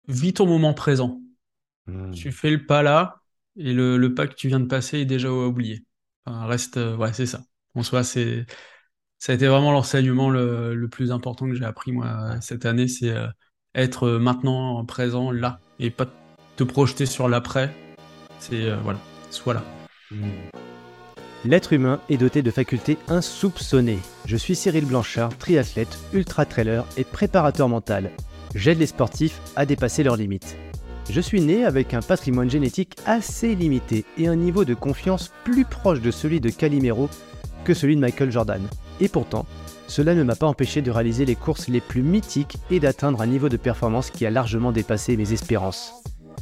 vis ton moment présent. Tu Hmm. fais le pas là, et le pas que tu viens de passer est déjà oublié. Enfin, reste, ouais, c'est ça. En soi, ça a été vraiment l'enseignement le plus important que j'ai appris, moi, Ouais. cette année, c'est être maintenant présent là, et pas te projeter sur l'après. C'est, voilà, sois là. Hmm. L'être humain est doté de facultés insoupçonnées. Je suis Cyril Blanchard, triathlète, ultra-trailer et préparateur mental. J'aide les sportifs à dépasser leurs limites. Je suis né avec un patrimoine génétique assez limité et un niveau de confiance plus proche de celui de Calimero que celui de Michael Jordan. Et pourtant, cela ne m'a pas empêché de réaliser les courses les plus mythiques et d'atteindre un niveau de performance qui a largement dépassé mes espérances.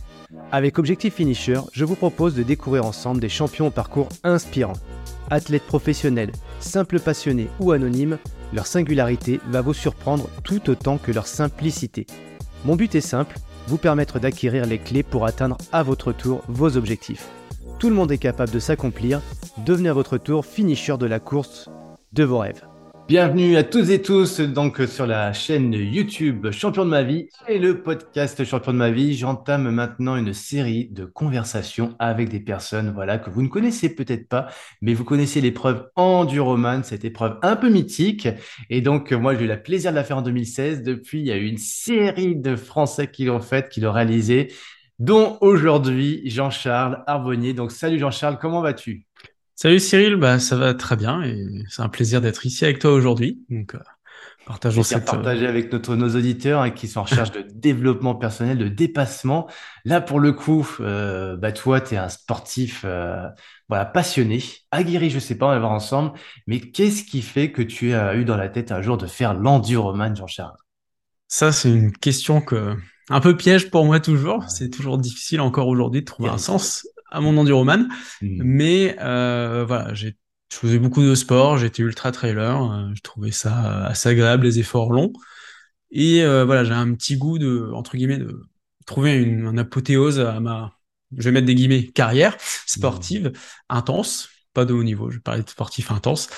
Avec Objectif Finisher, je vous propose de découvrir ensemble des champions au parcours inspirant. Athlètes professionnels, simples passionnés ou anonymes, leur singularité va vous surprendre tout autant que leur simplicité. Mon but est simple, vous permettre d'acquérir les clés pour atteindre à votre tour vos objectifs. Tout le monde est capable de s'accomplir, devenez à votre tour finisher de la course de vos rêves. Bienvenue à toutes et tous donc sur la chaîne YouTube Champion de ma vie et le podcast Champion de ma vie. J'entame maintenant une série de conversations avec des personnes voilà que vous ne connaissez peut-être pas, mais vous connaissez l'épreuve Enduroman, cette épreuve un peu mythique. Et donc moi j'ai eu le plaisir de la faire en 2016. Depuis, il y a eu une série de Français qui l'ont faite, qui l'ont réalisée, dont aujourd'hui Jean-Charles Arbonnier. Donc salut Jean-Charles, comment vas-tu? Salut Cyril, bah, ça va très bien, et c'est un plaisir d'être ici avec toi aujourd'hui. Donc, partageons Plaisir cette, partagé avec nos auditeurs hein, qui sont en recherche de développement personnel, de dépassement. Là, pour le coup, bah, toi, tu es un sportif voilà, passionné, aguerri, je sais pas, on va voir ensemble. Mais qu'est-ce qui fait que tu as eu dans la tête un jour de faire l'enduroman, Jean-Charles? Ça, c'est une question un peu piège pour moi toujours. C'est toujours difficile encore aujourd'hui de trouver un Irrésistible. sens à mon enduroman. Hmm. Mais voilà, je faisais beaucoup de sport, j'étais ultra trailer, je trouvais ça assez agréable, les efforts longs. Et voilà, j'ai un petit goût de, entre guillemets, de trouver un apothéose à je vais mettre des guillemets, carrière Hmm. sportive intense, pas de haut niveau, je vais parler de sportif intense.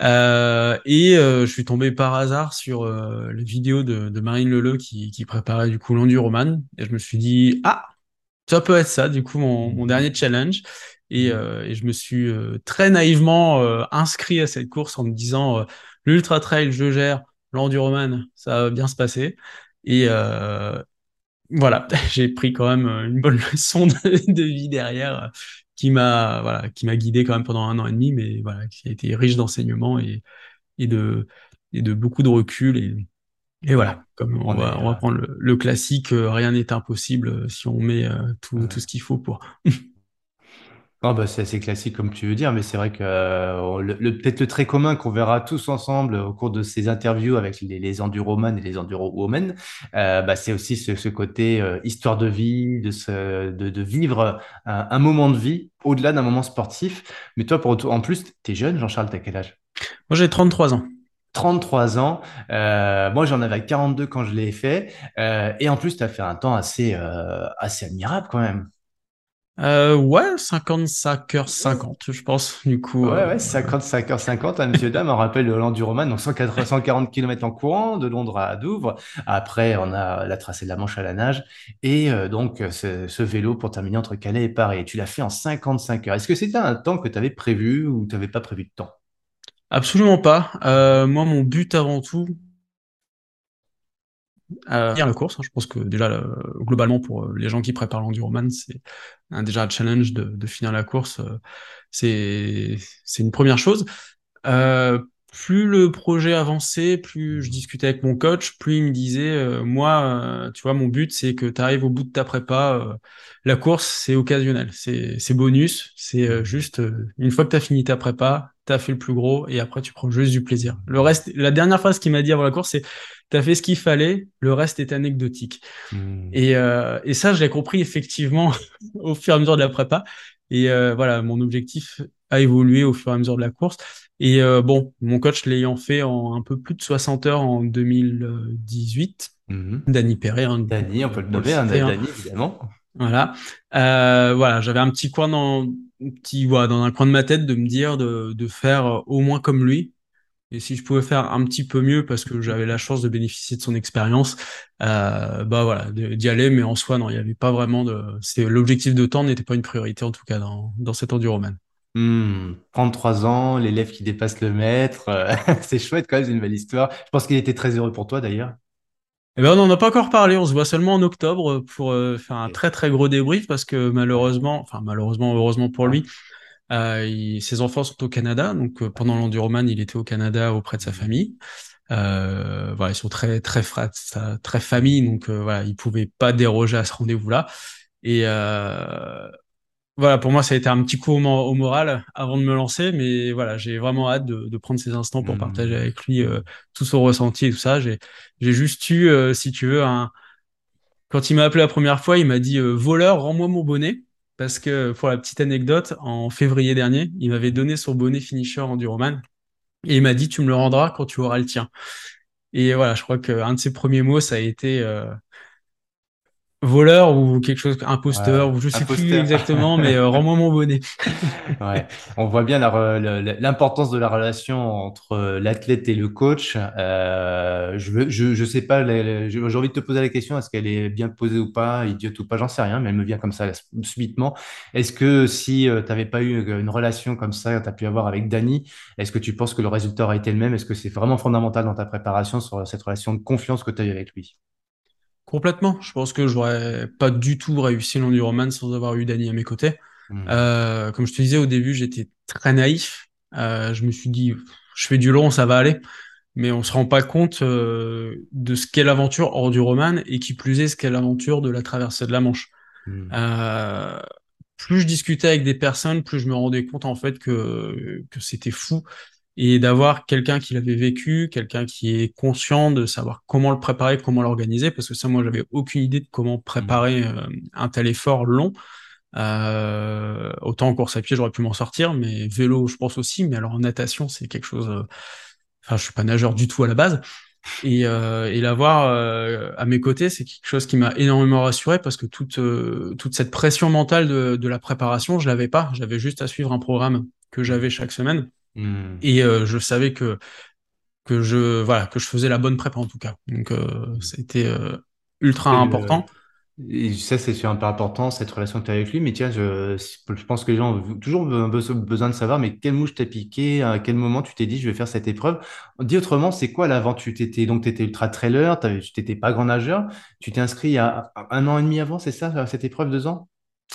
Je suis tombé par hasard sur les vidéos de Marine Leleu qui préparait du coup l'enduroman, et je me suis dit, ah, ça peut être ça, du coup, mon Hmm. dernier challenge. Hmm. Et je me suis très naïvement inscrit à cette course en me disant, l'ultra trail, je gère, l'enduroman, ça va bien se passer. Et voilà, j'ai pris quand même une bonne leçon de vie derrière, qui m'a guidé quand même pendant 1 an et demi, mais voilà, qui a été riche d'enseignements et de, et de beaucoup de recul. Et Ouais, voilà, comme on est, on va prendre le classique, rien n'est impossible si on met tout ouais. ce qu'il faut pour. Ah bah c'est assez classique comme tu veux dire, mais c'est vrai que peut-être le trait commun qu'on verra tous ensemble au cours de ces interviews avec les enduroman et les endurowomen, bah c'est aussi ce côté histoire de vie, de vivre un moment de vie au-delà d'un moment sportif. Mais toi, en plus, t'es jeune, Jean-Charles, t'as quel âge? Moi, j'ai 33 ans. 33 ans. Moi, j'en avais 42 quand je l'ai fait. Et en plus, tu as fait un temps assez admirable quand même. Ouais, 55h50, je pense. Du coup, Ouais, ouais, 55h50, hein, monsieur, dame, on rappelle l'enduroman, donc 140 km en courant, de Londres à Douvres. Après, on a la tracée de la Manche à la nage. Et donc, ce vélo pour terminer entre Calais et Paris. Et tu l'as fait en 55 heures. Est-ce que c'était un temps que tu avais prévu ou tu n'avais pas prévu de temps? absolument pas. Moi, mon but avant tout, finir la course, hein. Je pense que déjà, globalement, pour les gens qui préparent l'enduroman, c'est déjà un challenge de finir la course. C'est une première chose. Euh, Plus le projet avançait, plus je discutais avec mon coach, plus il me disait, moi, tu vois, mon but, c'est que tu arrives au bout de ta prépa. La course, c'est occasionnel, c'est bonus, c'est Mhm. juste, une fois que tu as fini ta prépa, tu as fait le plus gros, et après, tu prends juste du plaisir. Le reste, la dernière phrase qu'il m'a dit avant la course, c'est, tu as fait ce qu'il fallait, le reste est anecdotique. Mhm. Et ça, je l'ai compris effectivement au fur et à mesure de la prépa. Et voilà, mon objectif a évolué au fur et à mesure de la course. Et bon, mon coach l'ayant fait en un peu plus de 60 heures en 2018, Mhm. Dany Perret, hein, du coup, Dany, on peut le pour le nommer, hein, citer, hein. Dany, évidemment. Voilà. Voilà, j'avais un petit coin voilà, dans un coin de ma tête de me dire de faire au moins comme lui. Et si je pouvais faire un petit peu mieux parce que j'avais la chance de bénéficier de son expérience, bah voilà, d'y aller. Mais en soi, non, il n'y avait pas vraiment l'objectif de temps n'était pas une priorité en tout cas dans cet enduroman. 33 ans, l'élève qui dépasse le maître, c'est chouette quand même, c'est une belle histoire. Je pense qu'il était très heureux pour toi d'ailleurs. Eh ben, on n'en a pas encore parlé. On se voit seulement en octobre pour faire un Ok. très très gros débrief parce que Ouais, malheureusement, heureusement pour ouais. lui, ses enfants sont au Canada. Donc pendant l'enduroman, il était au Canada auprès de sa Hmm. famille. Voilà, ils sont très famille, donc voilà, ils pouvaient pas déroger à ce rendez-vous-là. Et voilà, pour moi, ça a été un petit coup au moral avant de me lancer, mais voilà, j'ai vraiment hâte de prendre ces instants pour partager Hmm. avec lui Hmm. tout son ressenti et tout ça. J'ai juste eu, si tu veux, quand il m'a appelé la première fois, il m'a dit voleur, rends-moi mon bonnet. Parce que, pour la petite anecdote, en février dernier, il m'avait donné son bonnet finisher Enduroman et il m'a dit tu me le rendras quand tu auras le tien. Et voilà, je crois qu'un de ses premiers mots, ça a été voleur ou quelque chose, Ouais, imposteur, ou je sais plus imposteur. exactement, mais rends-moi mon bonnet. Ouais, on voit bien l'importance de la relation entre l'athlète et le coach. Je sais pas, j'ai envie de te poser la question, est-ce qu'elle est bien posée ou pas, idiote ou pas, j'en sais rien, mais elle me vient comme ça subitement. Est-ce que si tu n'avais pas eu une relation comme ça, tu as pu avoir avec Dany, est-ce que tu penses que le résultat aurait été le même? Est-ce que c'est vraiment fondamental dans ta préparation sur cette relation de confiance que tu as eu avec lui? Complètement. Je pense que j'aurais pas du tout réussi l'enduroman sans avoir eu Dany à mes côtés. Hmm. Comme je te disais au début, j'étais très naïf. Je me suis dit, je fais du long, ça va aller. Mais on se rend pas compte de ce qu'est l'aventure hors du roman et qui plus est ce qu'est l'aventure de la traversée de la Manche. Hmm. Euh, Plus je discutais avec des personnes, plus je me rendais compte en fait que c'était fou et d'avoir quelqu'un qui l'avait vécu, quelqu'un qui est conscient de savoir comment le préparer, comment l'organiser, parce que ça, moi, j'avais aucune idée de comment Hmm. préparer un tel effort long. Autant en course à pied, j'aurais pu m'en sortir, mais vélo, je pense aussi, mais alors en natation, c'est quelque chose. Enfin, je suis pas nageur du tout à la base. Et l'avoir à mes côtés, c'est quelque chose qui m'a énormément rassuré parce que toute cette pression mentale de la préparation, je l'avais pas. J'avais juste à suivre un programme que j'avais chaque semaine. Hmm. Et je savais voilà, que je faisais la bonne prépa en tout cas. Donc, Hmm. c'était ultra Et important. et ça, c'est super important, cette relation que tu as avec lui. Mais tiens, je pense que les gens ont toujours besoin de savoir, mais quelle mouche t'a piqué, à quel moment tu t'es dit, je vais faire cette épreuve. Dis autrement, c'est quoi l'aventure? Donc, tu étais ultra trailer, tu n'étais pas grand nageur. Tu t'es inscrit il y a 1 an et demi avant, c'est ça, à cette épreuve, 2 ans?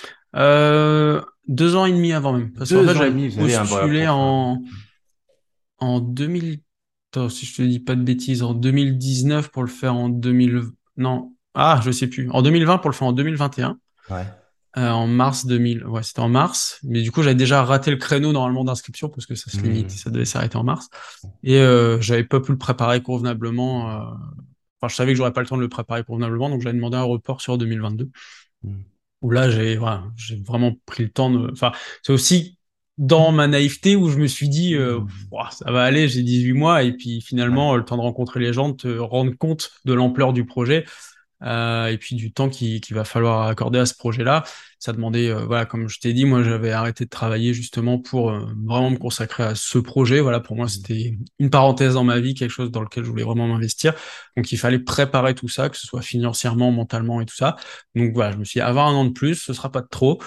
2 ans et demi avant même. Parce qu'en fait, 2 ans et j'avais demi, vous savez, hein, voilà, postulé pour. en 2000. Attends, si je te dis pas de bêtises, en 2019 pour le faire en 2000. Non. Ah, je sais plus. En 2020 pour le faire en 2021. Ouais. En mars 2000. Ouais, c'était en mars. Mais du coup, j'avais déjà raté le créneau normalement d'inscription parce que ça se limite, Hmm. ça devait s'arrêter en mars. Et j'avais pas pu le préparer convenablement. Enfin, je savais que j'aurais pas le temps de le préparer convenablement, donc j'avais demandé un report sur 2022. Hmm. Où là, j'ai vraiment pris le temps de. Enfin, c'est aussi dans ma naïveté où je me suis dit, Hmm. ouah, ça va aller, j'ai 18 mois, et puis Ouais. finalement, le temps de rencontrer les gens, de te rendre compte de l'ampleur du projet, et puis du temps qu'il va falloir accorder à ce projet-là. Ça demandait, voilà, comme je t'ai dit, moi j'avais arrêté de travailler justement pour vraiment me consacrer à ce projet. Voilà, pour moi Hmm. c'était une parenthèse dans ma vie, quelque chose dans lequel je voulais vraiment m'investir. Donc il fallait préparer tout ça, que ce soit financièrement, mentalement et tout ça. Donc voilà, je me suis dit, avoir un an de plus, ce sera pas de trop.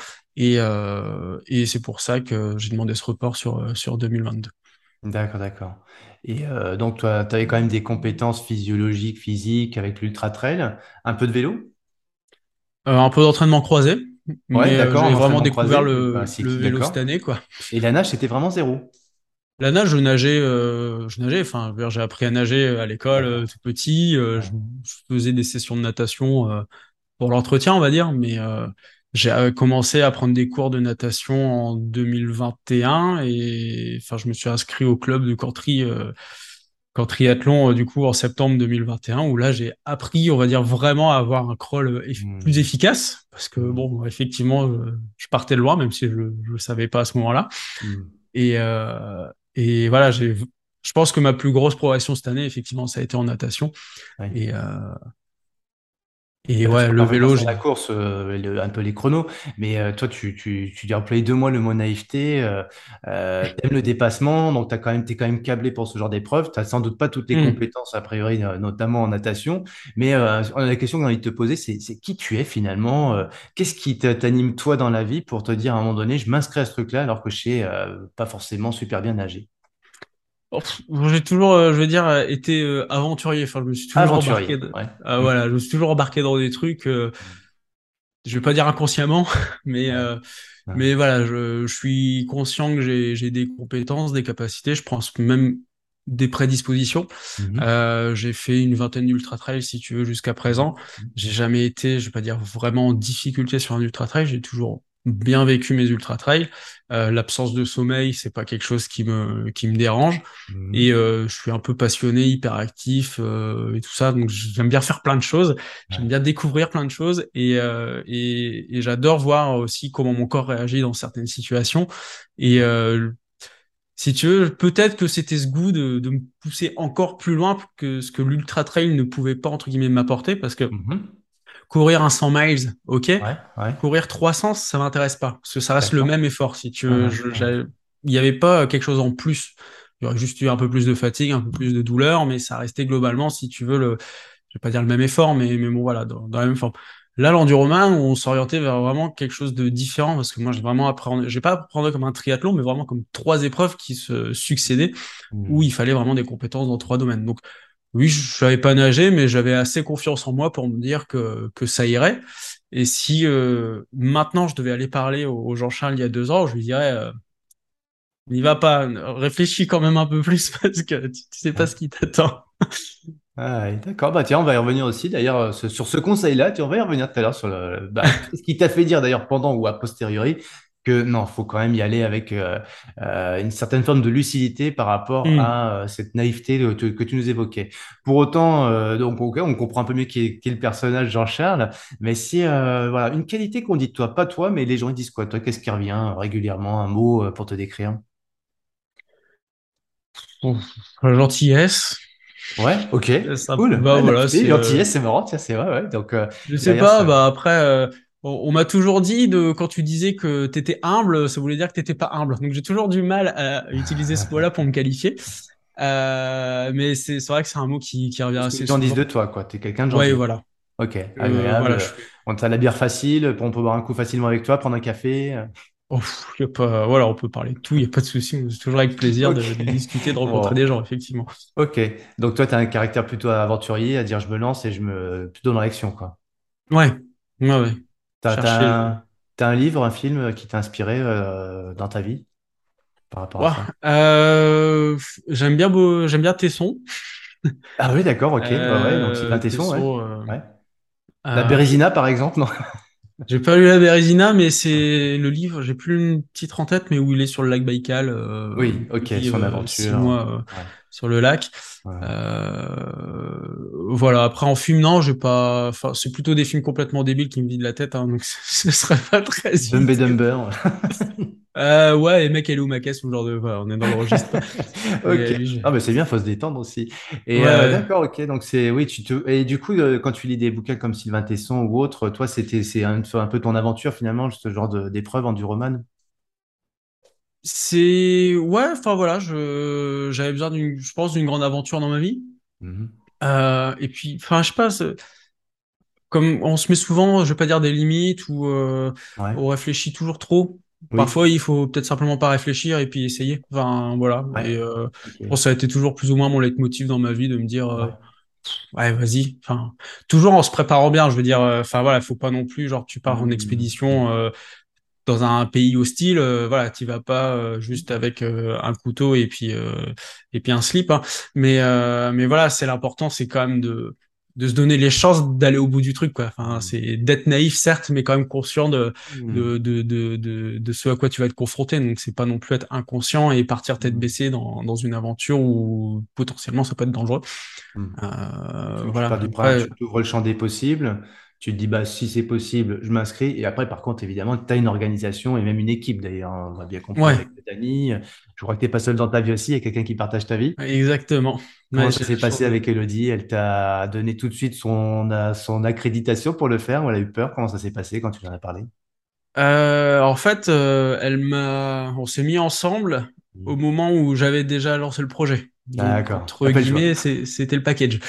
Et c'est pour ça que j'ai demandé ce report sur 2022. D'accord, d'accord. Et donc, toi, tu avais quand même des compétences physiologiques, physiques avec l'ultra trail, un peu de vélo? Un peu d'entraînement croisé, Ouais, mais d'accord, j'ai en vraiment entraînement découvert croisé, le cyclisme, vélo cette d'accord. année, quoi. Et la nage, c'était vraiment zéro. La nage, je nageais, enfin, je veux dire, j'ai appris à nager à l'école D'accord. tout petit. Ouais. Je faisais des sessions de natation pour l'entretien, on va dire, mais j'ai commencé à prendre des cours de natation en 2021 et enfin, je me suis inscrit au club de Cortry, Triathlon, du coup, en septembre 2021, où là, j'ai appris, on va dire, vraiment à avoir un crawl plus Hmm. efficace, parce que, Hmm. bon, effectivement, je partais de loin, même si je ne le savais pas à ce moment-là. Hmm. Et, euh, et voilà, je pense que ma plus grosse progression cette année, effectivement, ça a été en natation. Ouais. Et, Et Bien ouais, sûr, on le va revenir vélo, sur la course, un peu les chronos, mais toi, tu as employé 2 mois le mot naïveté, t'aimes le dépassement, donc t'es quand même câblé pour ce genre d'épreuve. T'as sans doute pas toutes les Hmm. compétences, a priori, notamment en natation, mais la question que j'ai envie de te poser, c'est qui tu es finalement, qu'est-ce qui t'anime toi dans la vie pour te dire à un moment donné, je m'inscris à ce truc-là alors que je sais pas forcément super bien nager. Oh, j'ai toujours, je veux dire, été aventurier. Enfin, je me suis toujours Aventurier, ouais. voilà, je me suis toujours embarqué dans des trucs. Je vais pas dire inconsciemment, mais Ouais. euh, Ouais. mais voilà, je suis conscient que j'ai des compétences, des capacités, je pense même des prédispositions. Mhm. J'ai fait une vingtaine d'ultra trails si tu veux jusqu'à présent. J'ai jamais été, je vais pas dire vraiment en difficulté sur un ultra trail. J'ai toujours bien vécu mes ultra trails. L'absence de sommeil, c'est pas quelque chose qui me dérange. Et Mhm. je suis un peu passionné, hyperactif et tout ça, donc j'aime bien faire plein de choses. J'aime Ouais. bien découvrir plein de choses et j'adore voir aussi comment mon corps réagit dans certaines situations. Et si tu veux, peut-être que c'était ce goût de me pousser encore plus loin que ce que l'ultra trail ne pouvait pas entre guillemets m'apporter, parce que Mhm. courir un 100 miles, ok, Ouais, ouais, courir 300, ça m'intéresse pas, parce que ça reste le d'accord. même effort. Si tu veux, Mhm, mhm, il n'y avait pas quelque chose en plus. Il y aurait juste eu un peu plus de fatigue, un peu plus de douleur, mais ça restait globalement, si tu veux, je vais pas dire le même effort, mais bon, voilà, dans la même forme. Là, l'enduroman, on s'orientait vers vraiment quelque chose de différent, parce que moi, j'ai pas appréhendé comme un triathlon, mais vraiment comme trois épreuves qui se succédaient, où il mhm, fallait vraiment des compétences dans trois domaines. Donc, oui, je savais pas nager, mais j'avais assez confiance en moi pour me dire que ça irait. Et si maintenant je devais aller parler au Jean-Charles il y a 2 ans, je lui dirais, n'y va pas, réfléchis quand même un peu plus parce que tu sais pas ouais. ce qui t'attend. Ah, ouais, d'accord, bah tiens, on va y revenir aussi d'ailleurs sur ce conseil-là, on va y revenir tout à l'heure sur ce qui t'a fait dire d'ailleurs pendant ou a posteriori que non, faut quand même y aller avec une certaine forme de lucidité par rapport Hmm. à cette naïveté que tu nous évoquais. Pour autant, donc ok, on comprend un peu mieux qui est le personnage Jean-Charles, mais si voilà, une qualité qu'on dit de toi, pas toi, mais les gens ils disent quoi? Toi, qu'est-ce qui revient régulièrement, un mot pour te décrire? Bon, la gentillesse. Ouais, ok, cool. Bah Ouais, voilà, naïveté, gentillesse, c'est marrant, tiens, c'est vrai, ouais. Donc, je sais derrière pas, ça. bah après, on m'a toujours dit quand tu disais que t'étais humble, ça voulait dire que t'étais pas humble. Donc j'ai toujours du mal à utiliser ce mot-là pour me qualifier. Mais c'est vrai que c'est un mot qui revient C'est ce que les assez gens disent souvent. de toi, quoi. T'es quelqu'un de Ouais, gentil. voilà. Ok, Voilà, je agréable. suis. On t'a la bière facile, on peut boire un coup facilement avec toi, prendre un café. Oh, y a pas, voilà, on peut parler de tout, il y a pas de souci. C'est toujours avec plaisir Ok, de discuter, de rencontrer bon, des gens, effectivement. ok. Donc toi, t'as un caractère plutôt aventurier, à dire je me lance et je me plutôt dans l'action, quoi. Ouais, ouais, ouais. T'as, Chercher t'as le. un, t'as un livre, un film qui t'a inspiré dans ta vie par rapport à Ouah, ça? j'aime bien Tesson. Ah oui, d'accord, ok, ouais, donc Sylvain Tesson, ouais. Tesson. Ouais. La Euh, Bérésina, par exemple, non? J'ai pas lu la Bérésina, mais c'est le livre, j'ai plus une titre en tête, mais où il est sur le lac Baïkal, Oui, il ok, vit son 6 mois aventure. Ouais, sur le lac. ouais. Voilà, après en film, non, j'ai pas. Enfin, c'est plutôt des films complètement débiles qui me vident la tête, hein, donc ce serait pas très Dumb and utile. Dumber. Ouais, et mec, elle est où ma caisse ou ce genre de. Voilà, on est dans le registre. Ok. Mais oui, Ah bah c'est bien, faut se détendre aussi. ouais, Et ouais. d'accord, ok. Donc c'est oui, et du coup quand tu lis des bouquins comme Sylvain Tesson ou autre, toi c'est un peu ton aventure finalement, ce genre d'épreuve en du roman. Ouais, enfin voilà, j'avais besoin je pense, d'une grande aventure dans ma vie. Mhm. Et puis, enfin, je sais pas, comme on se met souvent, je vais pas dire des limites ou Ouais. on réfléchit toujours trop. Oui. Parfois, il faut peut-être simplement pas réfléchir et puis essayer. Enfin, voilà. Ouais. Et Ok. je pense que ça a été toujours plus ou moins mon leitmotiv dans ma vie de me dire, Ouais. ouais, vas-y. Enfin, toujours en se préparant bien. Je veux dire, enfin voilà, faut pas non plus, genre, tu pars en Mhm. expédition dans un pays hostile, voilà, tu vas pas juste avec un couteau et puis un slip, hein. Mais voilà, c'est l'important, c'est quand même de se donner les chances d'aller au bout du truc, quoi. Enfin, Mhm. c'est d'être naïf, certes, mais quand même conscient Mhm. de ce à quoi tu vas être confronté. Donc, c'est pas non plus être inconscient et partir tête Mhm. baissée dans une aventure où potentiellement ça peut être dangereux. Mhm. Tu Voilà. pars du principe, Après, tu ouvres le champ des possibles. Tu te dis, bah, si c'est possible, je m'inscris. Et après, par contre, évidemment, tu as une organisation et même une équipe d'ailleurs, hein. On a bien compris Ouais, avec Dani. Je crois que tu n'es pas seul dans ta vie aussi, il y a quelqu'un qui partage ta vie. exactement. Comment Ouais, ça j'ai la s'est chance passé de... avec Elodie? Elle t'a donné tout de suite son accréditation pour le faire ou elle a eu peur? Comment ça s'est passé quand tu lui en as parlé? En fait, on s'est mis ensemble au Mhm. moment où j'avais déjà lancé le projet. Donc, D'accord, entre t'as pas le choix. guillemets, c'était le package.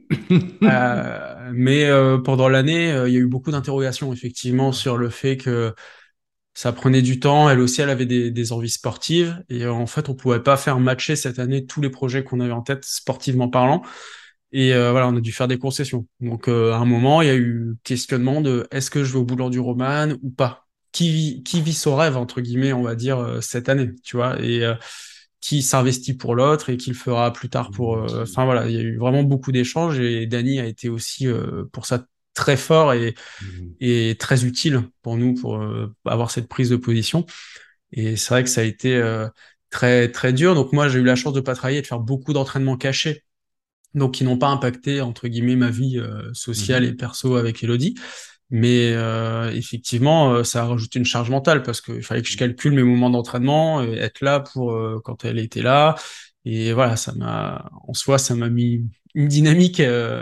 Mais pendant l'année, il y a eu beaucoup d'interrogations, effectivement, sur le fait que ça prenait du temps. Elle aussi, elle avait des envies sportives. Et en fait, on pouvait pas faire matcher cette année tous les projets qu'on avait en tête, sportivement parlant. Et voilà, on a dû faire des concessions. Donc, à un moment, il y a eu questionnement de est-ce que je vais au bout du roman ou pas? Qui vit son rêve, entre guillemets, on va dire, cette année, tu vois? Et qui s'investit pour l'autre et qui le fera plus tard pour. Enfin voilà, il y a eu vraiment beaucoup d'échanges et Dany a été aussi pour ça très fort Mhm. et très utile pour nous pour avoir cette prise de position. Et c'est vrai que ça a été très très dur. Donc moi, j'ai eu la chance de pas travailler et de faire beaucoup d'entraînements cachés donc qui n'ont pas impacté entre guillemets ma vie sociale et Mhm. perso avec Elodie. Mais effectivement, ça a rajouté une charge mentale parce qu'il fallait que je calcule mes moments d'entraînement, être là pour quand elle était là. Et voilà, en soi, ça m'a mis une dynamique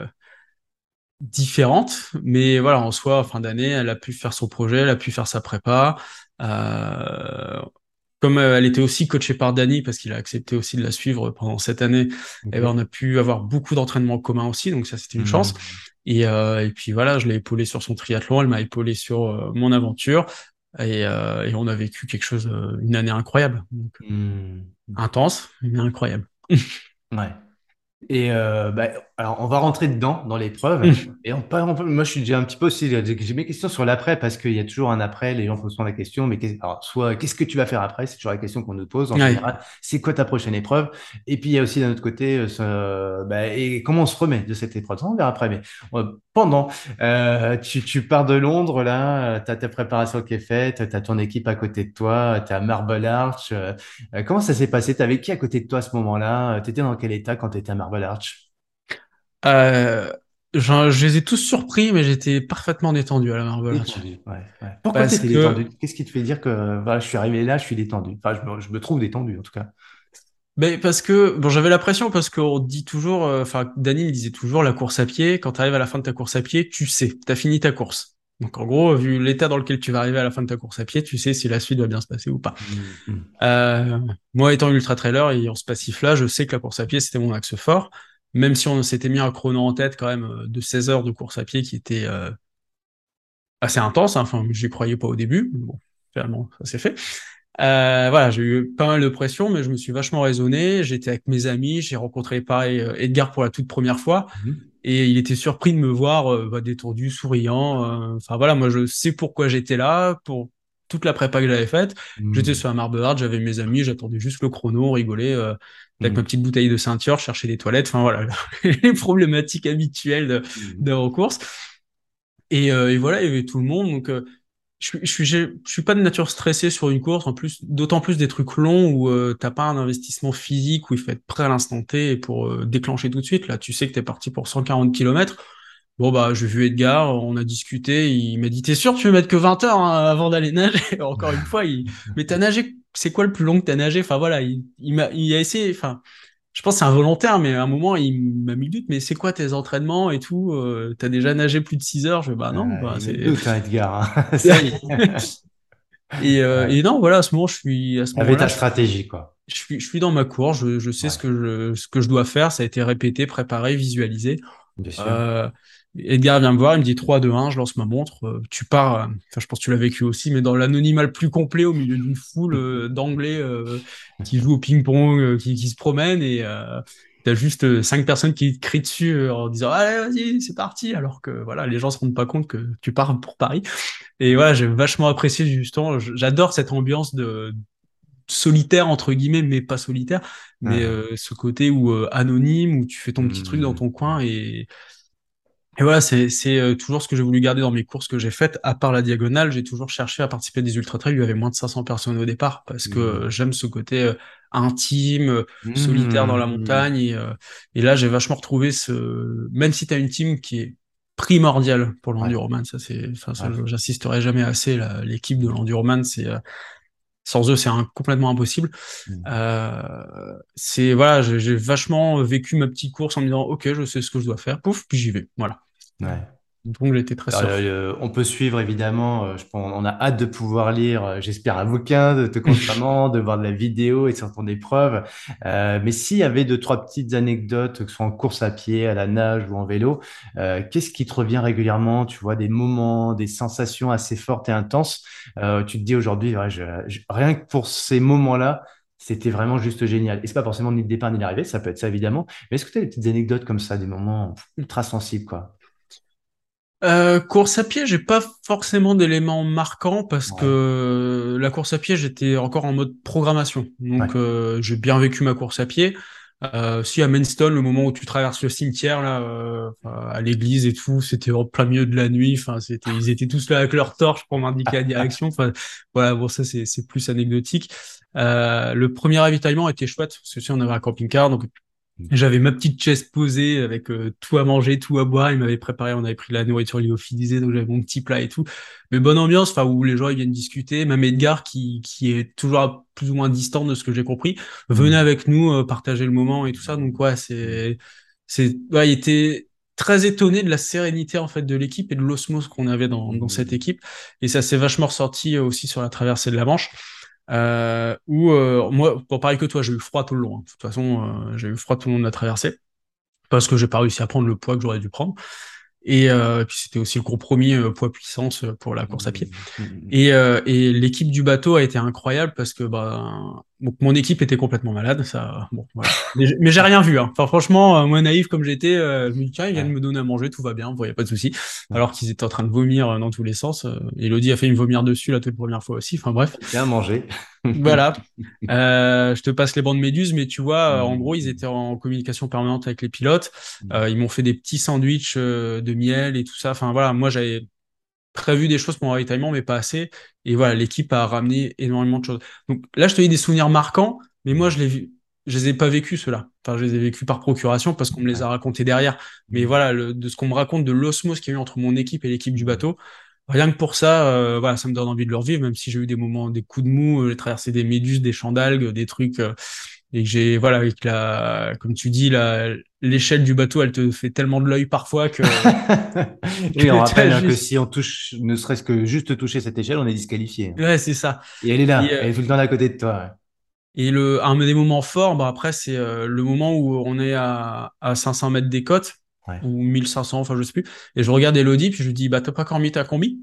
différente. Mais voilà, en soi, en fin d'année, elle a pu faire son projet, elle a pu faire sa prépa. Euh, Comme elle était aussi coachée par Dany, parce qu'il a accepté aussi de la suivre pendant cette année, eh ben, on Ok. a pu avoir beaucoup d'entraînements en commun aussi, donc ça c'était une chance. Mhm. Et puis voilà, je l'ai épaulé sur son triathlon, elle m'a épaulé sur mon aventure, et on a vécu quelque chose, une année incroyable, donc, Mhm. intense, mais incroyable. Ouais. Et bah, alors, on va rentrer dedans, dans l'épreuve. Et moi, je suis déjà un petit peu aussi, j'ai mes questions sur l'après, parce qu'il y a toujours un après, les gens posent souvent la question, mais alors, soit qu'est-ce que tu vas faire après? C'est toujours la question qu'on nous pose en Ouais. général. C'est quoi ta prochaine épreuve? Et puis, il y a aussi d'un autre côté, bah, et comment on se remet de cette épreuve? Ça, on verra après, mais pendant, tu pars de Londres, là, tu as ta préparation qui est faite, tu as ton équipe à côté de toi, tu es à Marble Arch. Comment ça s'est passé? T'avais qui à côté de toi à ce moment-là? T'étais dans quel état quand t'étais à Marble Arch? Euh, je les ai tous surpris, mais j'étais parfaitement détendu à la Marble Arch. Détendu, ouais, ouais. Pourquoi Parce t'étais que détendu? Qu'est-ce qui te fait dire que voilà, je suis arrivé là, je suis détendu? Enfin, je me trouve détendu en tout cas. Parce que, bon, j'avais la pression parce qu'on dit toujours, enfin, Dany me disait toujours, la course à pied, quand tu arrives à la fin de ta course à pied, tu sais, t'as fini ta course. Donc, en gros, vu l'état dans lequel tu vas arriver à la fin de ta course à pied, tu sais si la suite va bien se passer ou pas. Mhm. Euh, Moi, étant ultra trailer et en ce passif-là, je sais que la course à pied, c'était mon axe fort. Même si on s'était mis un chrono en tête quand même de 16 heures de course à pied qui était assez intense, hein. Enfin, j'y croyais pas au début. Mais bon, finalement, ça s'est fait. Voilà, j'ai eu pas mal de pression, mais je me suis vachement raisonné. J'étais avec mes amis, j'ai rencontré pareil Edgar pour la toute première fois, Mhm. et il était surpris de me voir détendu, souriant. Enfin voilà, moi je sais pourquoi j'étais là, pour toute la prépa que j'avais faite. J'étais Mhm. sur la Marble Arch, j'avais mes amis, j'attendais juste le chrono, on rigolait avec ma Mhm. petite bouteille de ceinture, je cherchais des toilettes. Enfin voilà, les problématiques habituelles Mhm. de course. Et voilà, il y avait tout le monde, donc. Je suis pas de nature stressée sur une course, en plus, d'autant plus des trucs longs où t'as pas un investissement physique où il faut être prêt à l'instant T et pour déclencher tout de suite. Là, tu sais que t'es parti pour 140 kilomètres. Bon, bah, j'ai vu Edgar, on a discuté, il m'a dit, t'es sûr, tu veux mettre que 20 heures hein, avant d'aller nager? Encore une fois, mais t'as nagé, c'est quoi le plus long que t'as nagé? Enfin, voilà, il a essayé, enfin, je pense que c'est involontaire, mais à un moment, il m'a mis le doute, mais c'est quoi tes entraînements et tout? T'as déjà nagé plus de 6 heures? Je vais, bah non, bah, Il me c'est, doute, hein, Edgar, hein. Ça y est. et Ouais. non, voilà, à ce T'avais moment-là, ta stratégie, quoi. je suis dans ma course, je sais Ouais, ce que je dois faire, ça a été répété, préparé, visualisé. bien sûr. Euh, Edgar vient me voir, il me dit 3, 2, 1, je lance ma montre, tu pars, enfin, je pense que tu l'as vécu aussi, mais dans l'anonymat le plus complet, au milieu d'une foule d'anglais qui jouent au ping-pong, qui se promènent, et t'as juste 5 personnes qui te crient dessus en disant, allez, vas-y, c'est parti, alors que voilà, les gens se rendent pas compte que tu pars pour Paris. Et voilà, j'ai vachement apprécié justement, j'adore cette ambiance de solitaire entre guillemets, mais pas solitaire, mais Mhm. ce côté où anonyme, où tu fais ton petit truc dans Mhm. ton coin et voilà, c'est toujours ce que j'ai voulu garder dans mes courses que j'ai faites. À part la diagonale, j'ai toujours cherché à participer à des ultra trails. Il y avait moins de 500 personnes au départ parce que Mhm. j'aime ce côté intime, solitaire dans la Mhm. montagne et là j'ai vachement retrouvé ce même si tu as une team qui est primordial pour Ouais. l'enduroman. Ça, Ouais. j'insisterai jamais assez. L'équipe de l'enduroman, sans eux, complètement impossible. Mm. Voilà, j'ai vachement vécu ma petite course en me disant, ok, je sais ce que je dois faire, pouf, puis j'y vais. Voilà. Ouais. Donc j'étais très Alors, surf. on peut suivre évidemment, on a hâte de pouvoir lire, j'espère, un bouquin de te concernant, de voir de la vidéo et sur ton épreuve. Mais s'il y avait deux, trois petites anecdotes, que ce soit en course à pied, à la nage ou en vélo, qu'est-ce qui te revient régulièrement? Tu vois, des moments, des sensations assez fortes et intenses. Tu te dis aujourd'hui, ouais, rien que pour ces moments-là, c'était vraiment juste génial. Et c'est pas forcément ni le départ ni l'arrivée, ça peut être ça évidemment. Mais est-ce que tu as des petites anecdotes comme ça, des moments ultra sensibles, quoi? Course à pied, j'ai pas forcément d'éléments marquants parce Ouais, que la course à pied, j'étais encore en mode programmation. Donc ouais. j'ai bien vécu ma course à pied. Si à Maidstone, le moment où tu traverses le cimetière là, à l'église et tout, c'était en plein milieu de la nuit. Enfin, ils étaient tous là avec leurs torches pour m'indiquer la direction. Enfin, voilà, bon ça c'est plus anecdotique. Le premier ravitaillement était chouette parce que tu sais, on avait un camping-car, donc j'avais ma petite chaise posée avec tout à manger, tout à boire. Il m'avait préparé, on avait pris de la nourriture lyophilisée, donc j'avais mon petit plat et tout. Mais bonne ambiance, enfin où les gens ils viennent discuter. Même Edgar, qui est toujours plus ou moins distant de ce que j'ai compris, venait Mhm. avec nous partager le moment et tout ça. Donc ouais, ouais, il était très étonné de la sérénité en fait de l'équipe et de l'osmose qu'on avait dans cette Mhm. équipe. Et ça s'est vachement ressorti aussi sur la traversée de la Manche. Où moi, pour pareil que toi, j'ai eu froid tout le long, hein. De toute façon, j'ai eu froid tout le long de la traversée parce que j'ai pas réussi à prendre le poids que j'aurais dû prendre. Et puis c'était aussi le compromis poids-puissance pour la course à pied. Mhm. Et l'équipe du bateau a été incroyable parce que donc mon équipe était complètement malade, ça, bon, voilà. Mais j'ai rien vu, hein. Enfin, franchement, moi naïf comme j'étais, je me dis tiens, ils viennent Ouais. me donner à manger, tout va bien, il n'y a pas de souci. Ouais. Alors qu'ils étaient en train de vomir dans tous les sens. Elodie a fait une vomir dessus la toute première fois aussi. Enfin bref. Bien manger. Voilà. Je te passe les bandes méduses, mais tu vois, en gros, ils Mhm. étaient en communication permanente avec les pilotes. Ils m'ont fait des petits sandwichs de miel et tout ça. Enfin voilà, moi j'avais prévu des choses pour mon ravitaillement, mais pas assez. Et voilà, l'équipe a ramené énormément de choses. Donc là, je te dis des souvenirs marquants, mais moi je les ai pas vécus ceux-là. Enfin, je les ai vécus par procuration parce qu'on me les Ouais. a racontés derrière. Mais Mhm. voilà, de ce qu'on me raconte de l'osmose qu'il y a eu entre mon équipe et l'équipe du Mhm. bateau. Rien que pour ça, voilà, ça me donne envie de le revivre, même si j'ai eu des moments, des coups de mou, j'ai traversé des méduses, des champs d'algues, des trucs, et que j'ai, voilà, avec comme tu dis, l'échelle du bateau, elle te fait tellement de l'œil parfois Oui, que on t'as rappelle hein, que juste, si on touche, ne serait-ce que juste toucher cette échelle, on est disqualifié, hein. ouais, c'est ça. Et elle est Et, là, euh, elle est tout le temps là à côté de toi. et un des moments forts, bah après, c'est le moment où on est à 500 mètres des côtes, Ouais. ou 1500, enfin, je sais plus, et je regarde Elodie, puis je lui dis, bah, t'as pas encore mis ta combi?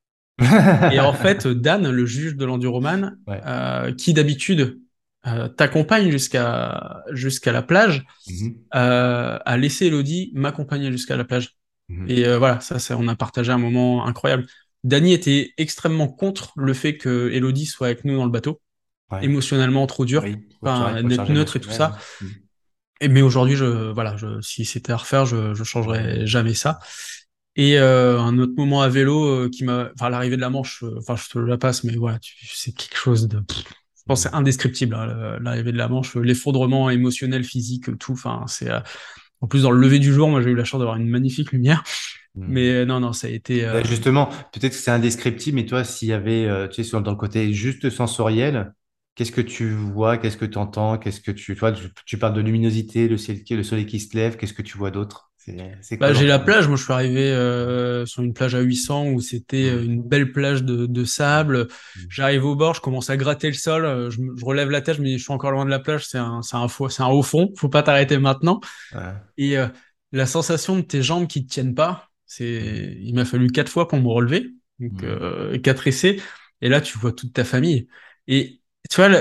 Et en fait, Dan, le juge de l'enduroman, Ouais. qui d'habitude t'accompagne jusqu'à la plage, Mhm. a laissé Elodie m'accompagner jusqu'à la plage. Mhm. Et voilà, on a partagé un moment incroyable. Danny était extrêmement contre le fait que Elodie soit avec nous dans le bateau, Ouais. émotionnellement trop dur, Oui, enfin, faut d'être charger neutre et tout émotionnel, ça. hein. Mhm. Mais aujourd'hui, voilà, si c'était à refaire, je changerais jamais ça. Et un autre moment à vélo enfin l'arrivée de la Manche, enfin je te la passe, mais voilà, c'est quelque chose de, je pense que c'est Mhm. indescriptible, hein, l'arrivée de la Manche, l'effondrement émotionnel, physique, tout. Enfin en plus dans le lever du jour, moi j'ai eu la chance d'avoir une magnifique lumière, mais Mhm. non non, ça a été Justement, peut-être que c'est indescriptible, mais toi, s'il y avait, tu sais, dans le côté juste sensoriel, qu'est-ce que tu vois, qu'est-ce que tu entends, qu'est-ce que toi, tu parles de luminosité, le soleil qui se lève, qu'est-ce que tu vois d'autre? C'est quoi bah, j'ai la l'ensemble? plage, moi je suis arrivé sur une plage à 800 où c'était Mhm. une belle plage de sable. Mhm. J'arrive au bord, je commence à gratter le sol, je relève la tête, je me dis je suis encore loin de la plage, c'est un haut fond, faut pas t'arrêter maintenant. Ouais. Et la sensation de tes jambes qui ne tiennent pas, Mhm. il m'a fallu 4 fois pour me relever, donc Mhm. 4 essais. Et là, tu vois toute ta famille. Et tu vois,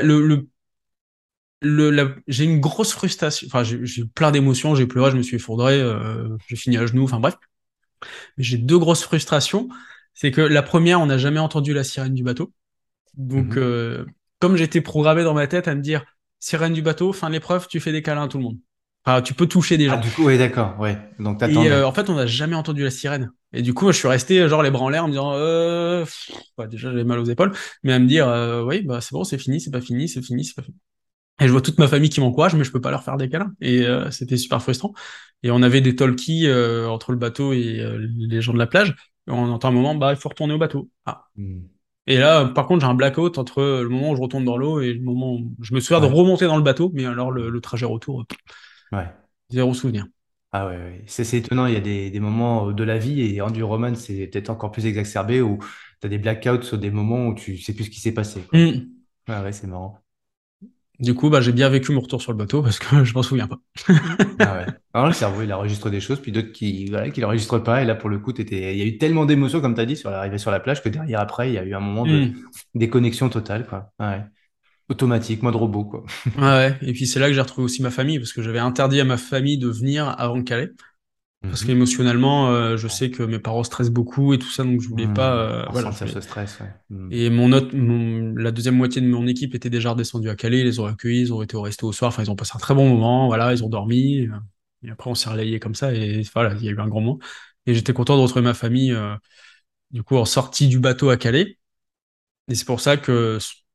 j'ai une grosse frustration. Enfin, j'ai eu plein d'émotions, j'ai pleuré, je me suis effondré, j'ai fini à genoux. Enfin bref, mais j'ai deux grosses frustrations. C'est que la première, on n'a jamais entendu la sirène du bateau. Donc, Mhm. comme j'étais programmé dans ma tête à me dire, sirène du bateau, fin de l'épreuve, tu fais des câlins à tout le monde. Enfin, tu peux toucher des Ah, gens. du coup, ouais, d'accord, ouais. Donc, Et t'attendais. en fait, on n'a jamais entendu la sirène. Et du coup, moi, je suis resté genre les bras en l'air en me disant, déjà j'avais mal aux épaules, mais à me dire, oui, bah c'est bon, c'est fini, c'est pas fini, c'est fini, c'est pas fini. Et je vois toute ma famille qui m'encourage, mais je peux pas leur faire des câlins. Et c'était super frustrant. Et on avait des talkies entre le bateau et les gens de la plage. Et on entend un moment, bah, il faut retourner au bateau. Ah. Hmm. Et là, par contre, j'ai un blackout entre le moment où je retourne dans l'eau et le moment où je me souviens de Ouais. remonter dans le bateau, mais alors le trajet retour, Ouais. zéro souvenir. Ah ouais, ouais. C'est étonnant, il y a des moments de la vie, et Enduroman, c'est peut-être encore plus exacerbé, où tu as des blackouts sur des moments où tu sais plus ce qui s'est passé, quoi. Hmm. Ah ouais, c'est marrant. Du coup, bah, j'ai bien vécu mon retour sur le bateau parce que je m'en souviens pas. Ah ouais. Alors, le cerveau, il enregistre des choses, puis d'autres qui l'enregistrent pas, et là, pour le coup, il y a eu tellement d'émotions, comme tu as dit, sur l'arrivée sur la plage, que derrière, après, il y a eu un moment de Hmm. déconnexion totale, quoi. Ah ouais. Automatique, mode robot, quoi. Ouais, ouais. Et puis c'est là que j'ai retrouvé aussi ma famille parce que j'avais interdit à ma famille de venir avant Calais. Parce Mhm. qu'émotionnellement, je Ouais. sais que mes parents stressent beaucoup et tout ça, donc je voulais pas, On voilà, ressent je voulais. ce stress, ouais. Et la deuxième moitié de mon équipe était déjà redescendue à Calais, ils les ont accueillis, ils ont été au resto au soir, enfin, ils ont passé un très bon moment, voilà, ils ont dormi, et après on s'est relayé comme ça, et voilà, il y a eu un grand moment. Et j'étais content de retrouver ma famille, du coup, en sortie du bateau à Calais. Et c'est pour ça que,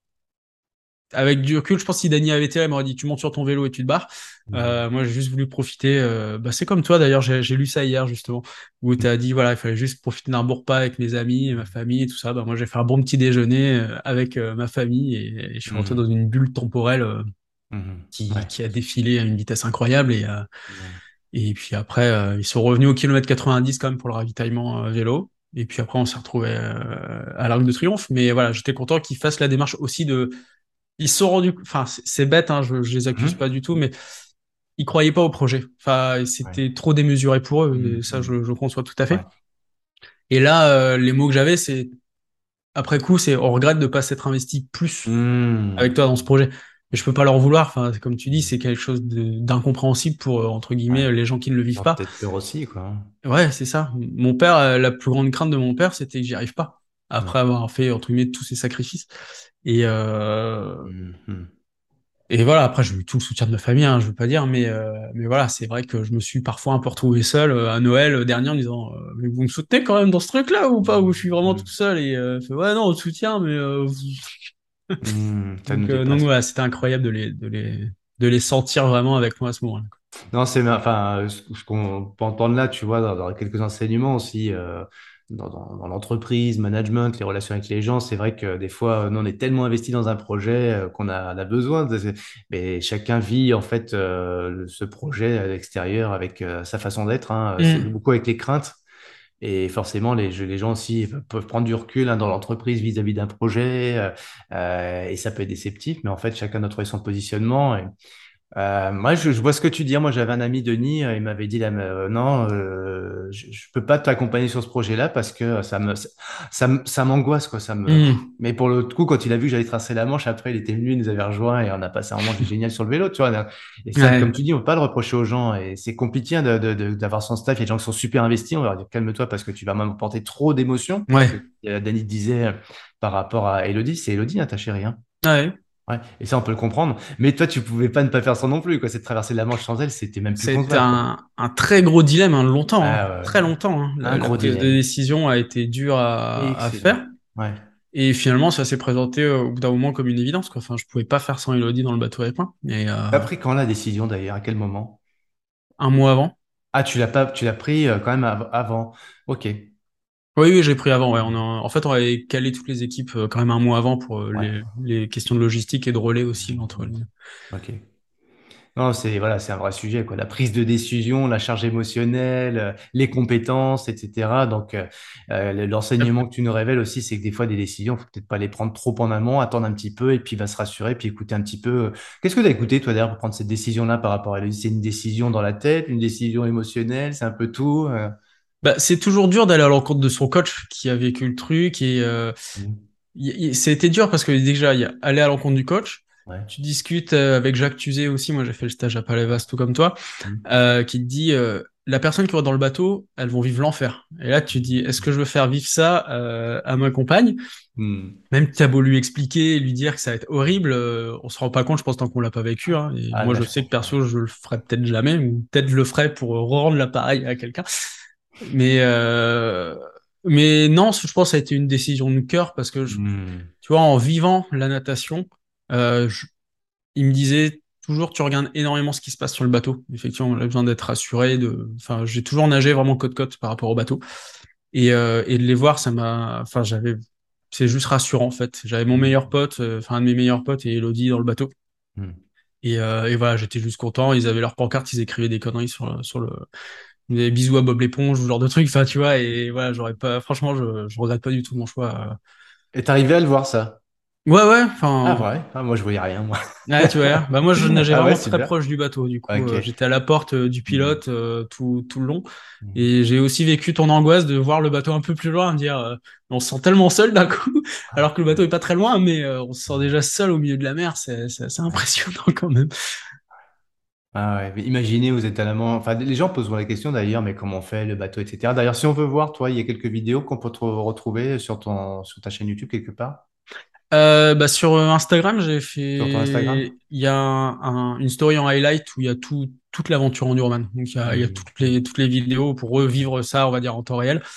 avec du recul, je pense que si Dany avait été là, il m'aurait dit, tu montes sur ton vélo et tu te barres. Mhm. Moi, j'ai juste voulu profiter. Bah, c'est comme toi, d'ailleurs, j'ai lu ça hier, justement, où tu as dit, voilà, il fallait juste profiter d'un bon repas avec mes amis et ma famille et tout ça. Bah, moi, j'ai fait un bon petit déjeuner avec ma famille et je suis rentré dans Mhm. une bulle temporelle Mhm. qui, Ouais. qui a défilé à une vitesse incroyable. Mhm. Et puis après, ils sont revenus au kilomètre 90 quand même pour le ravitaillement vélo. Et puis après, on s'est retrouvé à l'Arc de Triomphe. Mais voilà, j'étais content qu'ils fassent la démarche aussi de ils se sont rendus, enfin, c'est bête, hein, je les accuse Mhm. pas du tout, mais ils croyaient pas au projet. Enfin, Ouais. c'était trop démesuré pour eux, et ça, Mhm. je conçois tout à Ouais. fait. Et là, les mots que j'avais, c'est, après coup, c'est, on regrette de pas s'être investi plus avec Mhm. toi dans ce projet. Mais je peux pas leur en vouloir. Enfin, comme tu dis, c'est quelque chose d'incompréhensible pour, entre Ouais. guillemets, les gens qui ne le Ils vivent ont pas. peut-être peur aussi, quoi. Ouais, c'est ça. Mon père, la plus grande crainte de mon père, c'était que j'y arrive pas. Ouais. Après avoir fait, entre guillemets, tous ces sacrifices. Et, Mhm. Et voilà, après, j'ai eu tout le soutien de ma famille, hein, je veux pas dire, mais voilà, c'est vrai que je me suis parfois un peu retrouvé seul à Noël dernier en me disant, mais vous me soutenez quand même dans ce truc-là ou pas, où je suis vraiment tout Mhm. seul et ouais, non, on te soutient, mais Mhm. Ça nous donc dépasse. voilà, c'était incroyable de les sentir vraiment avec moi à ce moment-là. Non, enfin, ce qu'on peut entendre là, tu vois, dans quelques enseignements aussi, dans l'entreprise, management, les relations avec les gens, c'est vrai que des fois, nous, on est tellement investi dans un projet on a besoin. Mais chacun vit, en fait, ce projet à l'extérieur avec sa façon d'être, hein. C'est Mm. beaucoup avec les craintes. Et forcément, les gens aussi peuvent prendre du recul hein, dans l'entreprise vis-à-vis d'un projet, et ça peut être déceptif, mais en fait, chacun doit trouver son positionnement. Moi, je vois ce que tu dis. Moi, j'avais un ami, Denis, il m'avait dit là, non, je peux pas t'accompagner sur ce projet-là parce que ça m'angoisse, quoi. Mm. Mais pour le coup, quand il a vu que j'allais tracer la Manche, après, il était venu, il nous avait rejoint et on a passé un moment génial sur le vélo, tu vois. Et ça, comme Ouais, tu dis, on peut pas le reprocher aux gens et c'est compliqué hein, d'avoir son staff. Il y a des gens qui sont super investis. On va leur dire calme-toi parce que tu vas m'apporter trop d'émotions. ouais, Danny disait par rapport à Elodie, c'est Elodie, hein, ta chérie, hein. ouais. Ouais, et ça, on peut le comprendre. Mais toi, tu pouvais pas ne pas faire ça non plus, quoi. C'est de traverser la Manche sans elle, c'était même plus C'était concevable, quoi. un très gros dilemme, hein, longtemps, hein, Ah ouais, très ouais. longtemps, hein. Un La gros prise de dilemme. décision a été dure à Excellent. faire. Ouais. Et finalement, ça s'est présenté au bout d'un moment comme une évidence, quoi. Enfin, je pouvais pas faire sans Elodie dans le bateau avec moi. Et T'as pris quand la décision, d'ailleurs? À quel moment? un mois avant. Ah, tu l'as pris quand même avant. Ok. Oui, oui, j'ai pris avant. Ouais. En fait, on avait calé toutes les équipes quand même un mois avant pour Ouais. les questions de logistique et de relais aussi entre Mhm. les... Ok. Non, voilà, c'est un vrai sujet, quoi. La prise de décision, la charge émotionnelle, les compétences, etc. Donc, l'enseignement que tu nous révèles aussi, c'est que des fois, des décisions, faut peut-être pas les prendre trop en amont, attendre un petit peu, et puis va se rassurer, puis écouter un petit peu. Qu'est-ce que tu as écouté, toi, d'ailleurs, pour prendre cette décision-là par rapport à elle? C'est une décision dans la tête, une décision émotionnelle, c'est un peu tout. Bah, c'est toujours dur d'aller à l'encontre de son coach qui a vécu le truc et Mhm. ça a été dur parce que déjà, il y a aller à l'encontre du coach. Ouais. Tu discutes avec Jacques Tuzet aussi, moi j'ai fait le stage à Palévas, tout comme toi, Mhm. qui te dit la personne qui va dans le bateau, elles vont vivre l'enfer. Et là, tu dis, est-ce que je veux faire vivre ça à ma compagne? Mhm. Même si t'as beau lui expliquer, lui dire que ça va être horrible, on se rend pas compte, je pense, tant qu'on l'a pas vécu. Hein. Et Ah, moi, là, je je sais que comprends. perso, je le ferai peut-être jamais, ou peut-être je le ferai pour rendre l'appareil à quelqu'un. Mais, euh, mais non, je pense que ça a été une décision de cœur parce que, Mhm. tu vois, en vivant la natation, il me disait toujours, tu regardes énormément ce qui se passe sur le bateau. Effectivement, on a besoin d'être rassuré. Enfin, j'ai toujours nagé vraiment côte-côte par rapport au bateau. Et de les voir, enfin, c'est juste rassurant en fait. J'avais mon meilleur pote, enfin un de mes meilleurs potes et Elodie dans le bateau. Mm. Et voilà, j'étais juste content. Ils avaient leur pancarte, ils écrivaient des conneries sur le, des bisous à Bob l'éponge ou ce genre de trucs. Enfin, tu vois. Et voilà, franchement, je regrette pas du tout mon choix. Et t'arrivais à le voir, ça? Ouais, ouais. Ah, Enfin, vrai? Ah, moi, je voyais rien, moi. ouais, tu vois. Bah moi, je nageais Ah ouais, vraiment très super. proche du bateau. Du coup, Ok. j'étais à la porte du Mm. pilote tout le long. Mm. Et j'ai aussi vécu ton angoisse de voir le bateau un peu plus loin, me dire, on se sent tellement seul d'un coup, alors que le bateau est pas très loin, mais on se sent déjà seul au milieu de la mer. C'est assez impressionnant quand même. Ah ouais, mais imaginez, vous êtes à la main. Enfin, les gens posent la question d'ailleurs, mais comment on fait le bateau, etc. D'ailleurs, si on veut voir, toi, il y a quelques vidéos qu'on peut retrouver sur ta chaîne YouTube quelque part, Bah sur Instagram, sur ton Instagram. il y a une story en highlight où il y a toute l'aventure Enduroman. Donc il y a Mhm. toutes les vidéos pour revivre ça, on va dire en temps réel.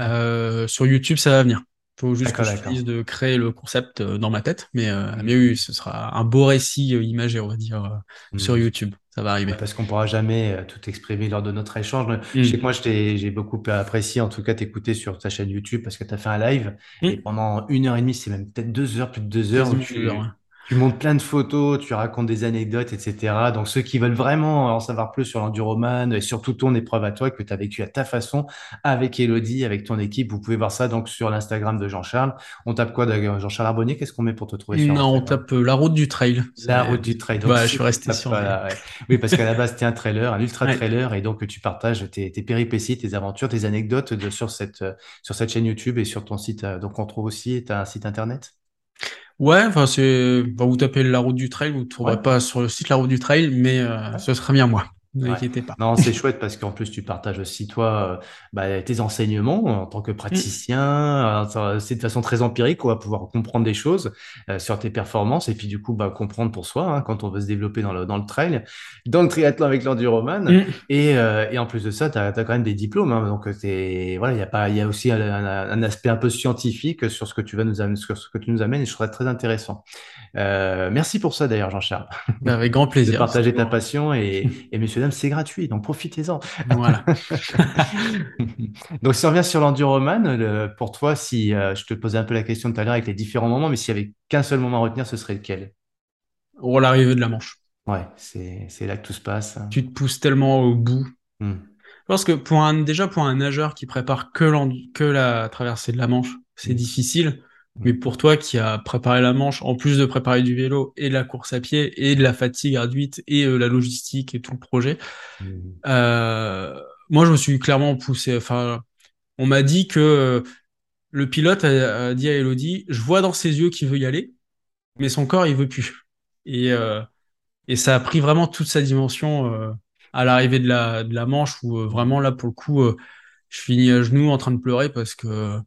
Sur YouTube, ça va venir. Faut juste que D'accord, je d'accord. finisse de créer le concept dans ma tête, mais Mhm. oui, ce sera un beau récit imagé, on va dire, sur Mhm. YouTube. Ça va Ouais, arriver. parce qu'on pourra jamais tout exprimer lors de notre échange. Je sais que Mm. moi, j'ai beaucoup apprécié, en tout cas, t'écouter sur ta chaîne YouTube parce que tu as fait un live et Mm. pendant 1 heure et demie, c'est même peut-être 2 heures, plus de 2 heures, où Quasiment 2 heures, ouais. tu montes plein de photos, tu racontes des anecdotes, etc. Donc, ceux qui veulent vraiment en savoir plus sur l'enduroman et surtout ton épreuve à toi que tu as vécu à ta façon avec Elodie, avec ton équipe, vous pouvez voir ça donc sur l'Instagram de Jean-Charles. On tape quoi d'ailleurs? Jean-Charles Arbonnier, qu'est-ce qu'on met pour te trouver sur Non, on Instagram? tape la route du trail. La route du trail. Donc, Bah, je suis c'est resté sur les. voilà, ouais. Oui, parce qu'à la base, tu es un trailer, un ultra Ouais. trailer, et donc tu partages tes péripéties, tes aventures, tes anecdotes sur cette chaîne YouTube et sur ton site. Donc, on trouve aussi, tu as un site internet? Ouais, enfin bah, vous tapez la route du trail, vous ne Ouais. trouverez pas sur le site la route du trail, mais Ouais. ce sera bien moi. Ne vous Ouais. inquiétez pas. Non, c'est chouette parce qu'en plus, tu partages aussi, toi, bah, tes enseignements en tant que Mm. praticien. C'est de façon très empirique, on va pouvoir comprendre des choses sur tes performances et puis, du coup, bah, comprendre pour soi hein, quand on veut se développer dans le trail, dans le triathlon avec l'enduroman. Mm. Et en plus de ça, tu as quand même des diplômes. Hein, donc, voilà, il y a aussi un aspect un peu scientifique sur ce que tu vas nous amener, sur ce que tu nous amènes et je trouve ça très intéressant. Merci pour ça, d'ailleurs, Jean-Charles, Bah, avec grand de plaisir. C'est partager ta toujours. passion et messieurs, dames, c'est gratuit, donc profitez-en. Voilà. Donc, si on revient sur l'enduroman, pour toi, si je te posais un peu la question tout à l'heure avec les différents moments, mais s'il y avait qu'un seul moment à retenir, ce serait lequel? Pour l'arrivée de la Manche. Ouais, c'est là que tout se passe. Tu te pousses tellement au bout. Hmm, Je pense que déjà pour un nageur qui prépare que la traversée de la Manche, c'est hmm, difficile. Mais hmm, pour toi qui as préparé la Manche, en plus de préparer du vélo et de la course à pied et de la fatigue gratuite et la logistique et tout le projet, hmm, euh, moi je me suis clairement poussé. Enfin, on m'a dit que le pilote a dit à Elodie, je vois dans ses yeux qu'il veut y aller, mais son corps il veut plus. Et, euh, et ça a pris vraiment toute sa dimension à l'arrivée de la Manche où vraiment là pour le coup je finis à genoux en train de pleurer parce que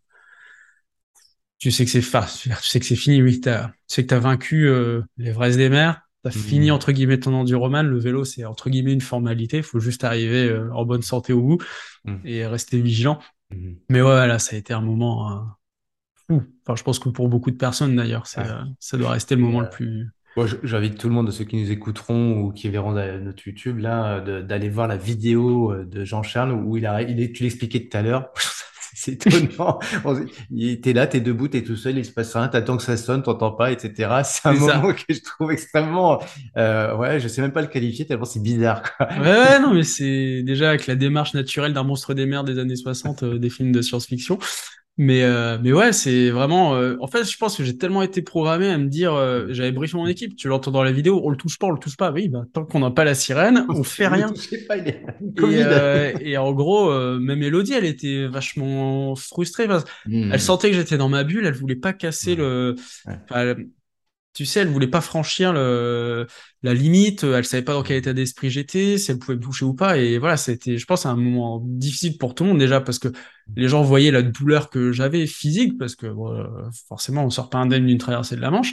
tu sais que tu sais que c'est fini, oui, tu sais que t'as vaincu l'Everest des mers, t'as fini hmm, entre guillemets ton enduroman, le vélo c'est entre guillemets une formalité, il faut juste arriver en bonne santé au bout hmm, et rester vigilant. hmm. Mais ouais, là ça a été un moment fou. Enfin, je pense que pour beaucoup de personnes d'ailleurs, Ouais. ça doit rester le Et, moment le plus. bon, j'invite tout le monde, de ceux qui nous écouteront ou qui verront notre YouTube, là, d'aller voir la vidéo de Jean-Charles où tu l'expliquais tout à l'heure. C'est étonnant. T'es là, t'es debout, t'es tout seul, il se passe rien, t'attends que ça sonne, t'entends pas, etc. C'est un C'est moment ça. que je trouve extrêmement, ouais, je sais même pas le qualifier tellement c'est bizarre, quoi. Ouais, ouais, non, mais c'est déjà avec la démarche naturelle d'un monstre des mers des années 60 des films de science-fiction. Mais ouais, c'est vraiment. En fait, je pense que j'ai tellement été programmé à me dire, j'avais briefé mon équipe, tu l'entends dans la vidéo, on le touche pas. Oui, bah, tant qu'on n'a pas la sirène, on fait Ne rien. touchez pas, il est Covid. Et en gros, même Elodie, elle était vachement frustrée parce elle Hmm. sentait que j'étais dans ma bulle, elle voulait pas casser Ouais. le. Ouais. Enfin, tu sais, elle voulait pas franchir la limite, elle savait pas dans quel état d'esprit j'étais, si elle pouvait me toucher ou pas, et voilà, c'était, je pense, un moment difficile pour tout le monde déjà, parce que les gens voyaient la douleur que j'avais physique, parce que bon, forcément, on sort pas indemne d'une traversée de la Manche,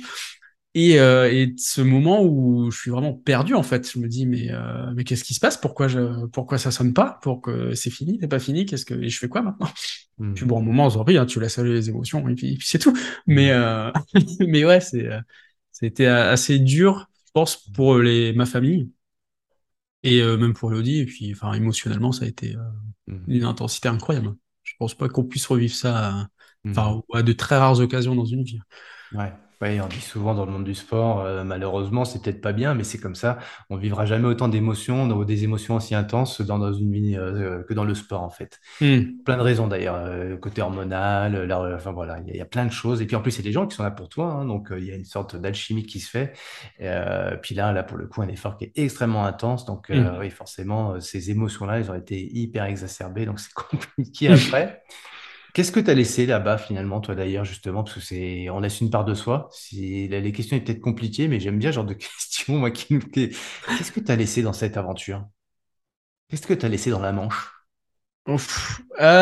et ce moment où je suis vraiment perdu, en fait, je me dis, mais qu'est-ce qui se passe? Pourquoi ça sonne pas? Pour que c'est fini, c'est pas fini, et je fais quoi maintenant? Puis Hmm. bon, à un moment, on s'en prie, hein, tu laisses aller les émotions, et puis c'est tout. Mais, Hmm. mais ouais, c'était assez dur. pense, pour ma famille et même pour Elodie. Et puis, enfin, émotionnellement, ça a été Mhm. une intensité incroyable. Je pense pas qu'on puisse revivre ça, Mhm. enfin, ou à de très rares occasions dans une vie. Ouais. Ouais, on dit souvent dans le monde du sport, malheureusement, c'est peut-être pas bien, mais c'est comme ça. On vivra jamais autant d'émotions, des émotions aussi intenses dans une vie que dans le sport, en fait. Hmm. Plein de raisons d'ailleurs, côté hormonal, enfin voilà, il y a plein de choses. Et puis en plus, c'est des gens qui sont là pour toi, hein, donc il y a une sorte d'alchimie qui se fait. Puis là, pour le coup, un effort qui est extrêmement intense. Donc Hmm. oui, forcément, ces émotions-là, elles ont été hyper exacerbées, donc c'est compliqué après. Qu'est-ce que tu as laissé là-bas finalement, toi d'ailleurs, justement, parce que on laisse une part de soi. Les questions sont peut-être compliquées, mais j'aime bien ce genre de questions, moi, Qu'est-ce que tu as laissé dans cette aventure? Qu'est-ce que tu as laissé dans la Manche? Ouf.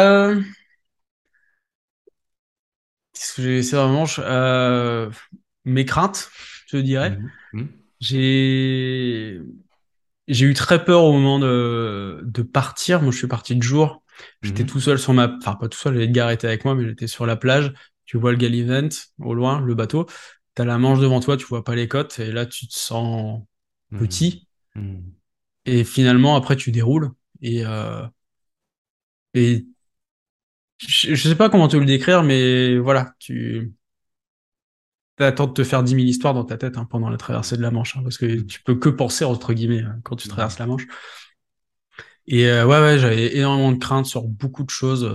Qu'est-ce que j'ai laissé dans la manche? Mes craintes, je dirais. Mhm. Mhm. J'ai j'ai eu très peur au moment de partir. Moi, je suis parti de jour. J'étais tout Mhm. seul enfin, pas tout seul, Edgar était avec moi, mais j'étais sur la plage. Tu vois le Gallivant au loin, le bateau. T'as la Manche devant toi, tu vois pas les côtes, et là, tu te sens Mhm. petit. Mhm. Et finalement, après, tu déroules. Et je sais pas comment te le décrire, mais voilà, tu attends de te faire 10 000 histoires dans ta tête pendant la traversée de la Manche, parce que Mhm. tu peux que penser, entre guillemets, quand tu traverses Mhm. la Manche. Et ouais, j'avais énormément de craintes sur beaucoup de choses,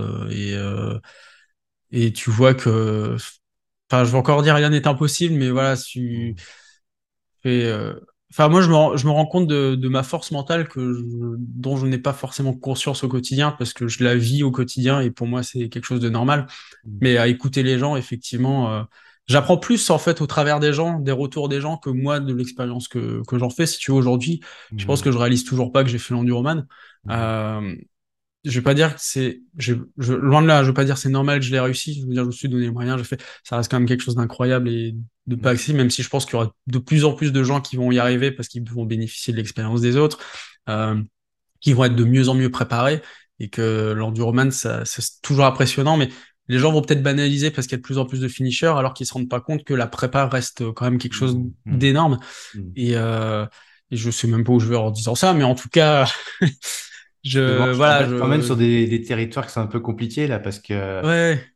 et tu vois que, enfin, je vais encore dire rien n'est impossible, mais voilà, tu Mhm. fais, enfin, moi, je me rends compte de ma force mentale dont je n'ai pas forcément conscience au quotidien, parce que je la vis au quotidien, et pour moi, c'est quelque chose de normal. Mhm. Mais à écouter les gens, effectivement, j'apprends plus en fait au travers des gens, des retours des gens, que moi de l'expérience que j'en fais. Si tu veux, aujourd'hui, je pense que Mhm. je réalise toujours pas que j'ai fait l'enduroman. Mhm. Euh, je vais pas dire que loin de là, je veux pas dire c'est normal que je l'ai réussi. Je veux dire, je me suis donné les moyens, j'ai fait, ça reste quand même quelque chose d'incroyable et de pas Mhm. accessible, même si je pense qu'il y aura de plus en plus de gens qui vont y arriver parce qu'ils vont bénéficier de l'expérience des autres. Euh, qui vont être de mieux en mieux préparés et que l'enduroman, c'est toujours impressionnant, mais les gens vont peut-être banaliser parce qu'il y a de plus en plus de finishers alors qu'ils se rendent pas compte que la prépa reste quand même quelque chose Mhm. Mhm. d'énorme Mhm. et, je sais même pas où je vais en disant ça, mais en tout cas, Justement, je voilà, t'embête quand même sur des territoires qui sont un peu compliqués là, parce que ouais.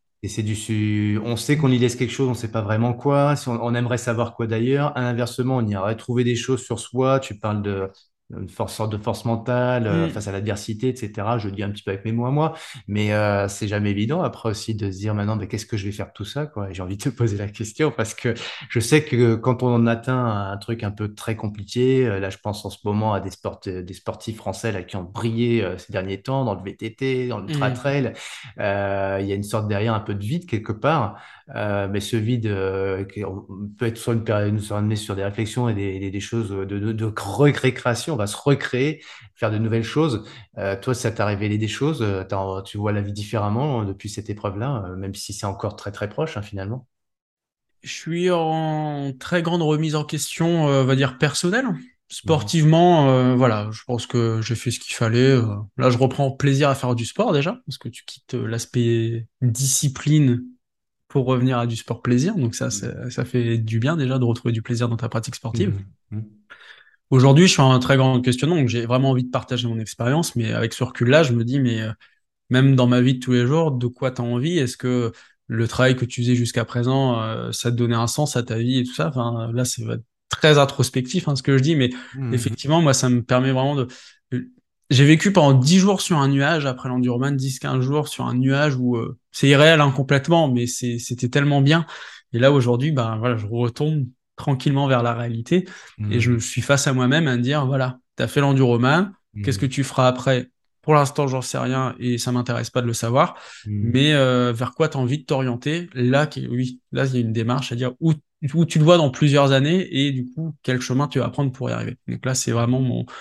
on sait qu'on y laisse quelque chose, on sait pas vraiment quoi. Si on aimerait savoir quoi d'ailleurs. À l'inversement, on y aurait trouvé des choses sur soi. Tu parles d'une sorte de force mentale Hmm. face à l'adversité, etc. Je le dis un petit peu avec mes mots à moi, mais c'est jamais évident après aussi de se dire maintenant, mais qu'est-ce que je vais faire de tout ça, quoi. Et j'ai envie de te poser la question parce que je sais que quand on atteint un truc un peu très compliqué, là, je pense en ce moment à des sportifs français là qui ont brillé ces derniers temps dans le VTT, dans l'ultra Hmm. trail. Il y a une sorte derrière un peu de vide quelque part, mais ce vide on peut être soit une période, nous amener sur des réflexions et des choses de récréation. On va se recréer, faire de nouvelles choses. Toi, ça t'a révélé des choses. Tu vois la vie différemment depuis cette épreuve-là, même si c'est encore très très proche, hein, finalement. Je suis en très grande remise en question, on va dire personnelle. Mhm. Sportivement, voilà, je pense que j'ai fait ce qu'il fallait. Là, je reprends plaisir à faire du sport déjà, parce que tu quittes l'aspect discipline pour revenir à du sport plaisir. Donc ça fait du bien déjà de retrouver du plaisir dans ta pratique sportive. Mhm. Mhm. Aujourd'hui, je suis en très grand questionnement, donc j'ai vraiment envie de partager mon expérience, mais avec ce recul-là, je me dis, mais même dans ma vie de tous les jours, de quoi tu as envie? Est-ce que le travail que tu faisais jusqu'à présent, ça te donnait un sens à ta vie et tout ça? Enfin, là, c'est très introspectif, ce que je dis, mais Mhm. effectivement, moi, ça me permet vraiment J'ai vécu pendant 10 jours sur un nuage après l'Enduroman, 10-15 jours sur un nuage où c'est irréel complètement, mais c'était tellement bien. Et là, aujourd'hui, ben voilà, je retombe tranquillement vers la réalité et je Mhm. suis face à moi-même à me dire, voilà, tu as fait l'Enduroman, qu'est-ce que Mhm. tu feras après? Pour l'instant, j'en sais rien et ça m'intéresse pas de le savoir. Mhm. Mais vers quoi tu as envie de t'orienter? Là, oui, là, il y a une démarche à dire où tu te vois dans plusieurs années et du coup, quel chemin tu vas prendre pour y arriver. Donc là, c'est vraiment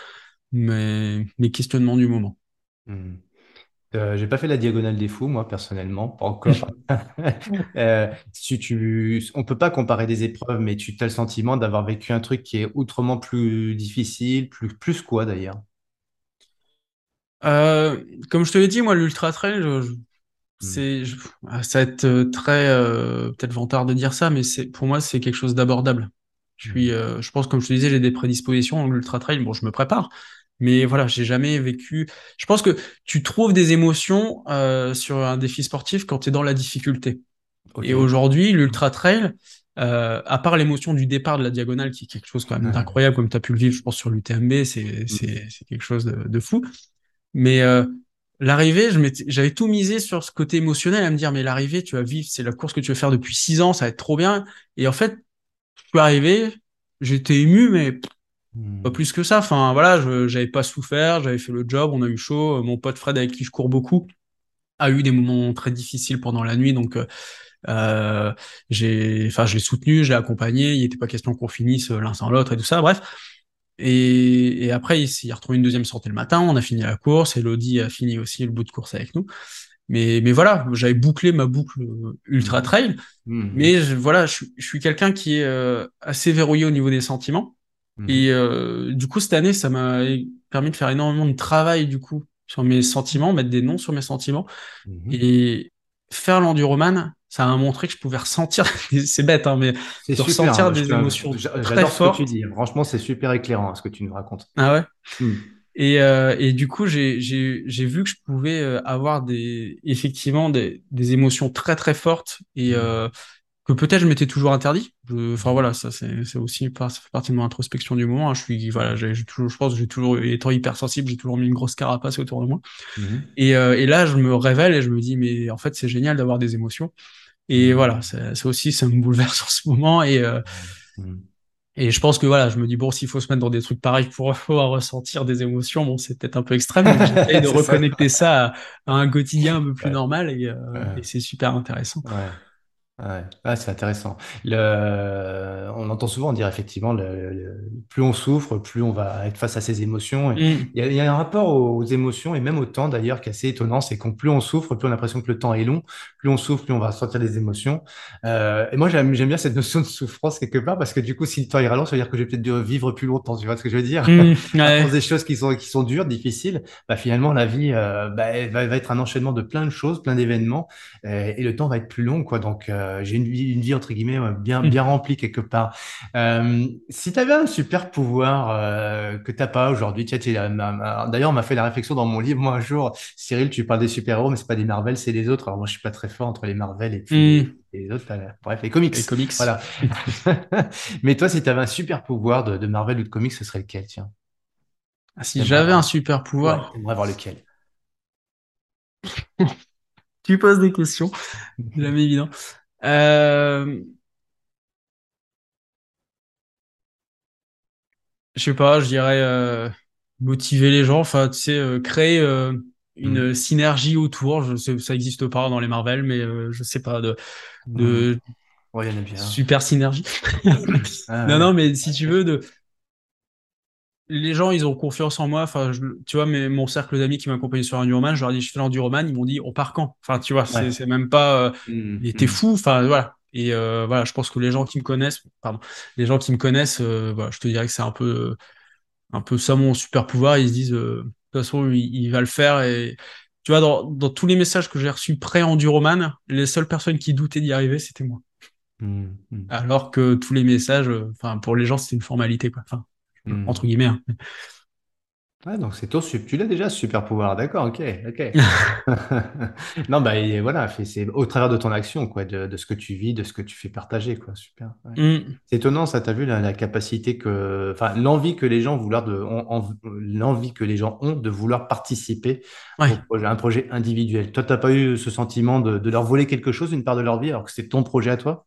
mes questionnements du moment. Mhm. J'ai pas fait la diagonale des fous, moi, personnellement, pas encore. On peut pas comparer des épreuves, mais tu as le sentiment d'avoir vécu un truc qui est outrement plus difficile, plus quoi d'ailleurs? Euh, Comme je te l'ai dit, moi, l'ultra trail, Hmm. ça va être très peut-être vantard de dire ça, mais pour moi, c'est quelque chose d'abordable. Mhm. Je pense, comme je te disais, j'ai des prédispositions en ultra trail. Bon, je me prépare, mais voilà, j'ai jamais vécu. Je pense que tu trouves des émotions sur un défi sportif quand tu es dans la difficulté. Ok. Et aujourd'hui, l'ultra trail, à part l'émotion du départ de la diagonale, qui est quelque chose quand même d'incroyable, comme tu as pu le vivre, je pense, sur l'UTMB, c'est quelque chose de fou. Mais l'arrivée, j'avais tout misé sur ce côté émotionnel, à me dire, mais l'arrivée, tu vas vivre, c'est la course que tu veux faire depuis 6 ans, ça va être trop bien. Et en fait, je suis arrivé, j'étais ému, mais pas Mhm. plus que ça. Enfin, voilà, j'avais pas souffert, j'avais fait le job, on a eu chaud. Mon pote Fred, avec qui je cours beaucoup, a eu des moments très difficiles pendant la nuit, donc euh, enfin, je l'ai soutenu, je l'ai accompagné. Il n'était pas question qu'on finisse l'un sans l'autre et tout ça. Bref. Et après, il s'est retrouvé une deuxième sortie le matin. On a fini la course. Elodie a fini aussi le bout de course avec nous. Mais voilà, j'avais bouclé ma boucle ultra Mhm. trail. Mhm. Mais voilà, je suis quelqu'un qui est assez verrouillé au niveau des sentiments. Mhm. Et du coup, cette année, ça m'a permis de faire énormément de travail du coup sur mes sentiments, mettre des noms sur mes sentiments. Mhm. Et faire l'enduroman, ça m'a montré que je pouvais ressentir, c'est bête, hein, mais C'est de super, hein. ressentir des émotions très J'adore ce que tu fortes. dis. Franchement, c'est super éclairant ce que tu nous racontes. Ah ouais. Mhm. Et du coup, j'ai vu que je pouvais avoir effectivement des émotions très très fortes et que peut-être je m'étais toujours interdit. Enfin Mhm. voilà, ça c'est aussi ça fait partie de mon introspection du moment, hein. Voilà, Mhm. j'ai toujours, je pense que j'ai toujours étant hypersensible, j'ai toujours mis une grosse carapace autour de moi. Mhm. Et là, je me révèle et je me dis, mais en fait, c'est génial d'avoir des émotions. Et voilà, Mhm. c'est aussi, ça me bouleverse en ce moment. Mhm. Et je pense que voilà, je me dis, bon, s'il faut se mettre dans des trucs pareils pour pouvoir ressentir des émotions, bon, c'est peut-être un peu extrême, mais j'essaye de C'est ça. reconnecter ça à un quotidien un peu plus Ouais. normal Ouais. et c'est super intéressant. Ouais. Ouais, ah, c'est intéressant. On entend souvent dire effectivement, plus on souffre, plus on va être face à ses émotions. Et Mm. il y a un rapport aux émotions et même au temps d'ailleurs qui est assez étonnant, c'est qu'on plus on souffre, plus on a l'impression que le temps est long, plus on souffre, plus on va ressentir des émotions. Et moi j'aime bien cette notion de souffrance quelque part parce que du coup si le temps est long, ça veut dire que je vais peut-être dû vivre plus longtemps, tu vois ce que je veux dire? À Ouais. force des choses qui sont dures, difficiles, bah, finalement la vie bah, va être un enchaînement de plein de choses, plein d'événements et le temps va être plus long, quoi. Donc, j'ai une vie entre guillemets bien Mm. remplie quelque part. Si tu avais un super pouvoir que t'as pas aujourd'hui, d'ailleurs, on m'a fait la réflexion dans mon livre, moi un jour, Cyril, tu parles des super-héros, mais c'est pas des Marvel, c'est les autres. Alors moi, je suis pas très fort entre les Marvel et puis Mm. les autres, bref, les comics. Les comics. Voilà. Mais toi, si tu avais un super pouvoir de Marvel ou de comics, ce serait lequel, tiens? Ah, si T'aimerais j'avais un avoir. super Ouais, pouvoir, t'aimerais avoir lequel? tu poses des questions, jamais évident. Euh, je sais pas, je dirais motiver les gens, enfin, tu sais, créer une Mhm. synergie autour. Je sais, ça existe pas dans les Marvel, mais je sais pas, Mhm. de Ouais, il y en a bien. super synergie. Ah Non, non, ouais. mais si tu veux, les gens, ils ont confiance en moi. Enfin, tu vois, mon cercle d'amis qui m'accompagnent sur l'enduroman, je leur ai dit, je fais l'enduroman, ils m'ont dit, on part quand? Enfin, tu vois, Ouais. c'est même pas, Mhm. mais t'es Mhm. fou. Enfin, voilà. Et voilà, je pense que les gens qui me connaissent, pardon, les gens qui me connaissent, voilà, je te dirais que c'est un peu ça mon super pouvoir. Ils se disent, de toute façon, il va le faire. Et tu vois, dans tous les messages que j'ai reçus pré-enduroman, les seules personnes qui doutaient d'y arriver, c'était moi. Mhm. Mhm. Alors que tous les messages, enfin, pour les gens, c'était une formalité, quoi. Enfin, entre Mhm. guillemets, hein. Ouais, donc c'est tu l'as déjà, ce super pouvoir, d'accord, ok, ok. Non, bah et voilà, c'est au travers de ton action, quoi, de ce que tu vis, de ce que tu fais partager, quoi, super. Ouais. Mm. C'est étonnant, ça, t'as vu la capacité enfin, l'envie que les gens l'envie que les gens ont de vouloir participer Ouais. au projet, un projet individuel. Toi, t'as pas eu ce sentiment de leur voler quelque chose, une part de leur vie, alors que c'est ton projet à toi?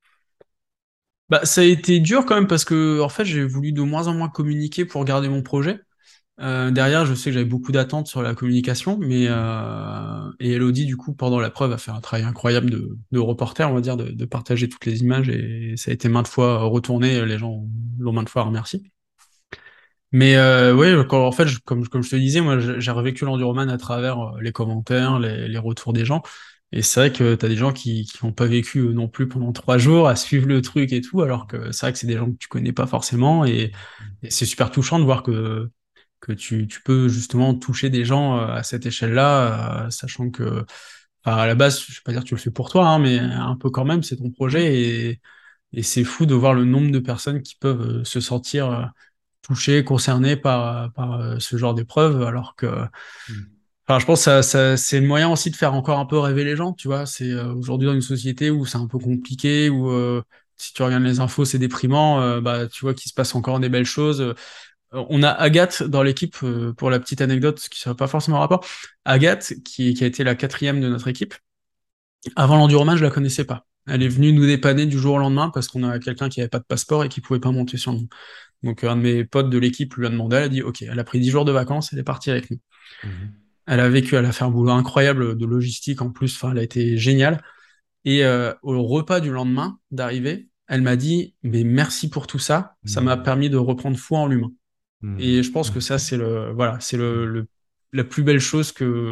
Bah, ça a été dur quand même parce que en fait j'ai voulu de moins en moins communiquer pour garder mon projet. Derrière, je sais que j'avais beaucoup d'attentes sur la communication, mais et Elodie du coup pendant la preuve a fait un travail incroyable de reporter, on va dire, de partager toutes les images et ça a été maintes fois retourné, les gens l'ont maintes fois remercié. Mais oui, en fait, comme je te disais, moi j'ai revécu l'enduroman à travers les commentaires, les retours des gens. Et c'est vrai que t'as des gens qui n'ont pas vécu non plus pendant 3 jours à suivre le truc et tout, alors que c'est vrai que c'est des gens que tu connais pas forcément. Et c'est super touchant de voir que tu peux justement toucher des gens à cette échelle-là, sachant que enfin, à la base, je vais pas dire que tu le fais pour toi, hein, mais un peu quand même, c'est ton projet. Et c'est fou de voir le nombre de personnes qui peuvent se sentir touchées, concernées par ce genre d'épreuve, alors que, Mm. enfin, je pense que c'est le moyen aussi de faire encore un peu rêver les gens, tu vois. C'est aujourd'hui dans une société où c'est un peu compliqué, où si tu regardes les infos, c'est déprimant, bah, tu vois qu'il se passe encore des belles choses. On a Agathe dans l'équipe, pour la petite anecdote, ce qui ne serait pas forcément en rapport. Agathe, qui a été la quatrième de notre équipe, avant l'enduroman, je la connaissais pas. Elle est venue nous dépanner du jour au lendemain parce qu'on a quelqu'un qui avait pas de passeport et qui pouvait pas monter sur nous. Donc un de mes potes de l'équipe lui a demandé, elle a dit OK, elle a pris 10 jours de vacances, elle est partie avec nous. Mhm. Elle a fait un boulot incroyable de logistique en plus, enfin elle a été géniale. Et au repas du lendemain d'arrivée, elle m'a dit mais merci pour tout ça, ça m'a Mhm. permis de reprendre foi en l'humain. Et je pense que Mhm. ça c'est le voilà, c'est Mhm. la plus belle chose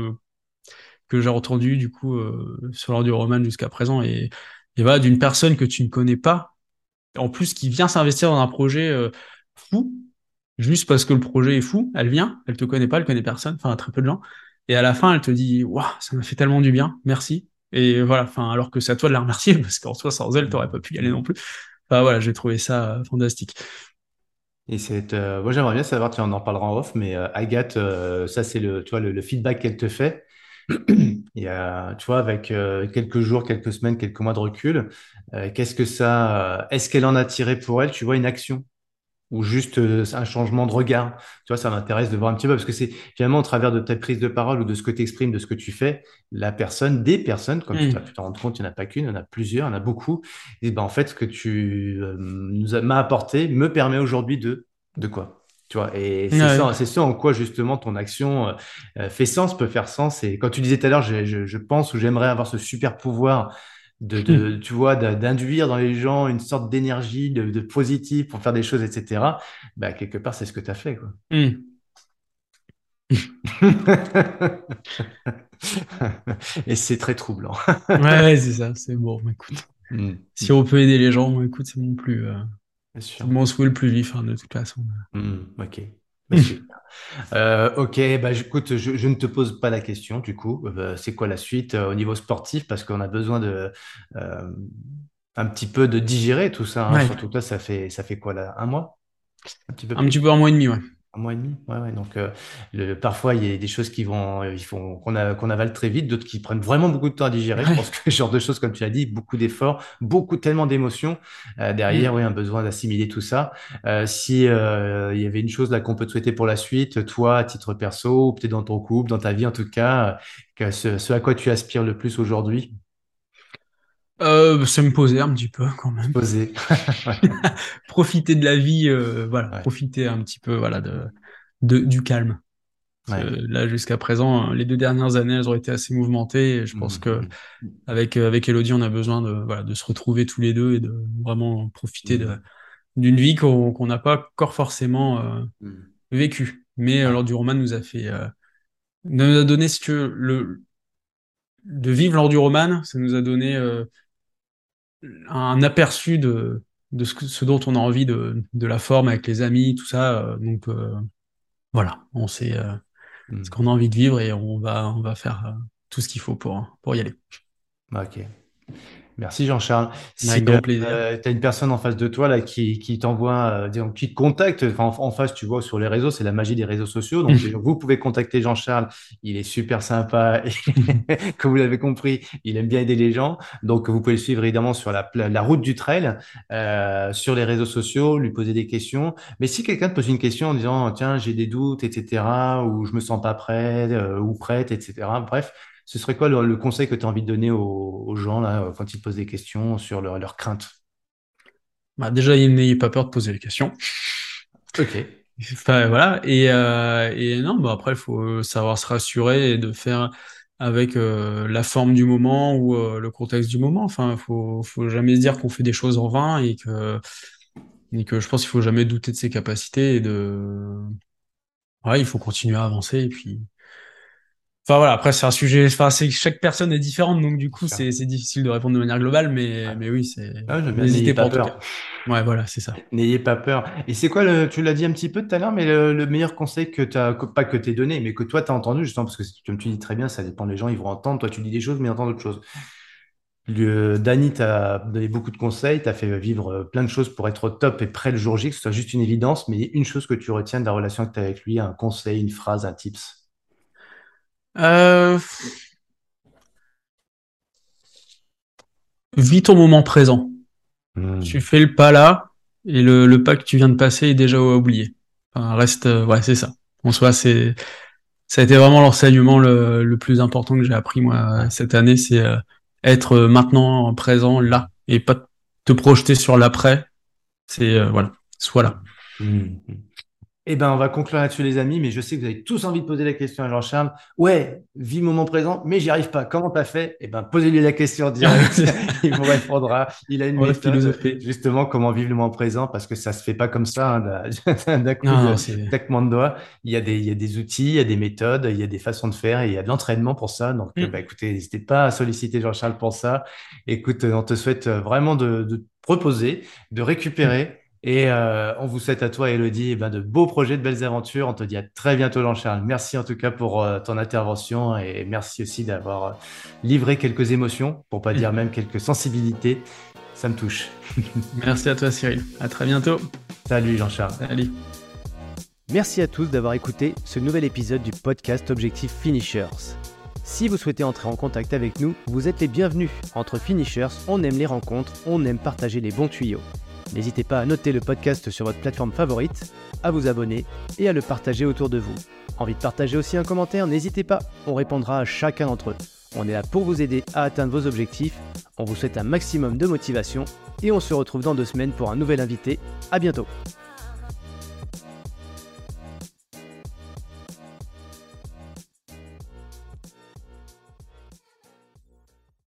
que j'ai entendu du coup sur l'heure du roman jusqu'à présent et voilà d'une personne que tu ne connais pas en plus qui vient s'investir dans un projet fou juste parce que le projet est fou, elle vient, elle te connaît pas, elle connaît personne, enfin très peu de gens et à la fin elle te dit waouh ça m'a fait tellement du bien, merci et voilà enfin alors que c'est à toi de la remercier parce qu'en soi sans elle t'aurais pas pu gagner non Mhm. plus enfin voilà j'ai trouvé ça fantastique. Et moi j'aimerais bien savoir, tu en parleras en off, mais Agathe, ça c'est tu vois, le feedback qu'elle te fait. Et tu vois, avec quelques jours, quelques semaines, quelques mois de recul, est-ce qu'elle en a tiré pour elle, tu vois, une action ou juste un changement de regard? Tu vois, ça m'intéresse de voir un petit peu parce que c'est finalement au travers de ta prise de parole ou de ce que tu exprimes, de ce que tu fais, des personnes, comme tu as pu Hmm. t'en rendre compte, il n'y en a pas qu'une, il y en a plusieurs, il y en a beaucoup. Et ben en fait, ce que m'as apporté me permet aujourd'hui de quoi? Tu vois, et Ouais. c'est ça en quoi justement ton action fait sens, peut faire sens. Et quand tu disais tout à l'heure, je pense ou j'aimerais avoir ce super pouvoir tu vois, d'induire dans les gens une sorte d'énergie, de positif pour faire des choses, etc. Bah, quelque part, c'est ce que tu as fait, quoi. Hmm. Et c'est très troublant. Ouais, c'est ça, c'est bon, écoute. Mm, Si mm, on peut aider les gens, bon, écoute, bien c'est sûr. mon souhait le plus vif, hein, de toute façon. Ok. Bah, super. Ok, bah, écoute, je ne te pose pas la question, du coup. C'est quoi la suite au niveau sportif? Parce qu'on a besoin euh, un petit peu de digérer tout ça, hein. Ouais, Surtout que toi, ça fait quoi là? Un mois? Un petit peu un petit plus? peu un mois et demi, ouais. Un mois et demi, ouais, ouais. Donc, parfois, il y a des choses qu'on avale très vite, d'autres qui prennent vraiment beaucoup de temps à digérer. Je Ouais. pense que ce genre de choses, comme tu as dit, beaucoup d'efforts, tellement d'émotions derrière, oui, Hmm. un besoin d'assimiler tout ça. Si il y avait une chose là qu'on peut te souhaiter pour la suite, toi, à titre perso, ou peut-être dans ton couple, dans ta vie en tout cas, ce à quoi tu aspires le plus aujourd'hui, Ça me posait un petit peu quand se même. poser. Profiter de la vie, voilà, Ouais. profiter un petit peu, voilà, du calme. Ouais. Là, jusqu'à présent, les 2 dernières années, elles ont été assez mouvementées. Et je pense que Mhm. avec Elodie, on a besoin voilà, de se retrouver tous les deux et de vraiment profiter Mhm. d'une vie qu'on n'a pas encore forcément Mhm. vécue. Mais Ouais. lors du roman, nous a donné, si tu veux, de vivre lors du roman, ça nous a donné un aperçu de ce dont on a envie de la forme avec les amis, tout ça. Donc voilà, on sait ce Mhm. qu'on a envie de vivre et on va faire tout ce qu'il faut pour y aller. Ok. Merci Jean-Charles. Si Avec tu grand plaisir. as une personne en face de toi là, qui t'envoie, disons, qui te contacte, enfin, en face, tu vois, sur les réseaux, c'est la magie des réseaux sociaux. Donc, vous pouvez contacter Jean-Charles. Il est super sympa. Et, comme vous l'avez compris, il aime bien aider les gens. Donc, vous pouvez le suivre évidemment sur la route du trail, sur les réseaux sociaux, lui poser des questions. Mais si quelqu'un te pose une question en disant, tiens, j'ai des doutes, etc., ou je me sens pas prêt, ou prête, etc., bref. Ce serait quoi le conseil que tu as envie de donner aux gens là, quand ils te posent des questions sur leurs craintes? Bah, déjà, n'ayez pas peur de poser les questions. Ok. Enfin, voilà. Et non, bah, après, il faut savoir se rassurer et de faire avec la forme du moment ou le contexte du moment. Enfin, faut jamais se dire qu'on fait des choses en vain et que je pense qu'il faut jamais douter de ses capacités et ouais, il faut continuer à avancer et puis. Enfin voilà, après c'est un sujet, enfin chaque personne est différente donc du coup Bien sûr. c'est difficile de répondre de manière globale Ouais. mais oui c'est Ah, j'aime bien. N'ayez n'hésitez pas pas en tout cas. peur. Ouais voilà c'est ça. N'ayez pas peur. Et c'est quoi tu l'as dit un petit peu tout à l'heure, mais le meilleur conseil pas que t'aies donné, mais que toi t'as entendu, justement, parce que comme tu dis très bien, ça dépend des gens, ils vont entendre. Toi, tu dis des choses, mais ils entendent d'autres choses. Dany t'a donné beaucoup de conseils, t'a fait vivre plein de choses pour être au top et prêt le jour J, que ce soit juste une évidence, mais une chose que tu retiens de la relation que tu as avec lui, un conseil, une phrase, un tips. Euh, vis ton moment présent. Tu Hmm. fais le pas là, et le pas que tu viens de passer est déjà oublié. Enfin, reste, ouais, c'est ça. En soi, ça a été vraiment l'enseignement le plus important que j'ai appris, moi, Ouais. cette année, c'est être maintenant présent là, et pas te projeter sur l'après. C'est, voilà, sois là. Hmm. Eh ben, on va conclure là-dessus, les amis, mais je sais que vous avez tous envie de poser la question à Jean-Charles. Ouais, vis le moment présent, mais j'y arrive pas. Comment t'as fait? Eh ben, posez-lui la question en direct. Il vous répondra. Il a une On va méthode, philosopher. justement, comment vivre le moment présent, parce que ça se fait pas comme ça, hein, d'un coup Non, de non, c'est, claquement de doigts. Il y a des outils, il y a des méthodes, il y a des façons de faire, et il y a de l'entraînement pour ça. Donc, bah, Hmm. écoutez, n'hésitez pas à solliciter Jean-Charles pour ça. Écoute, on te souhaite vraiment de te reposer, de récupérer. Et on vous souhaite à toi, Elodie, eh ben, de beaux projets, de belles aventures. On te dit à très bientôt, Jean-Charles. Merci en tout cas pour ton intervention et merci aussi d'avoir livré quelques émotions, pour pas dire Hmm. même quelques sensibilités. Ça me touche. Merci à toi, Cyril. À très bientôt. Salut, Jean-Charles. Salut. Merci à tous d'avoir écouté ce nouvel épisode du podcast Objectif Finishers. Si vous souhaitez entrer en contact avec nous, vous êtes les bienvenus. Entre Finishers, on aime les rencontres, on aime partager les bons tuyaux. N'hésitez pas à noter le podcast sur votre plateforme favorite, à vous abonner et à le partager autour de vous. Envie de partager aussi un commentaire? N'hésitez pas, on répondra à chacun d'entre eux. On est là pour vous aider à atteindre vos objectifs. On vous souhaite un maximum de motivation et on se retrouve dans 2 semaines pour un nouvel invité. À bientôt.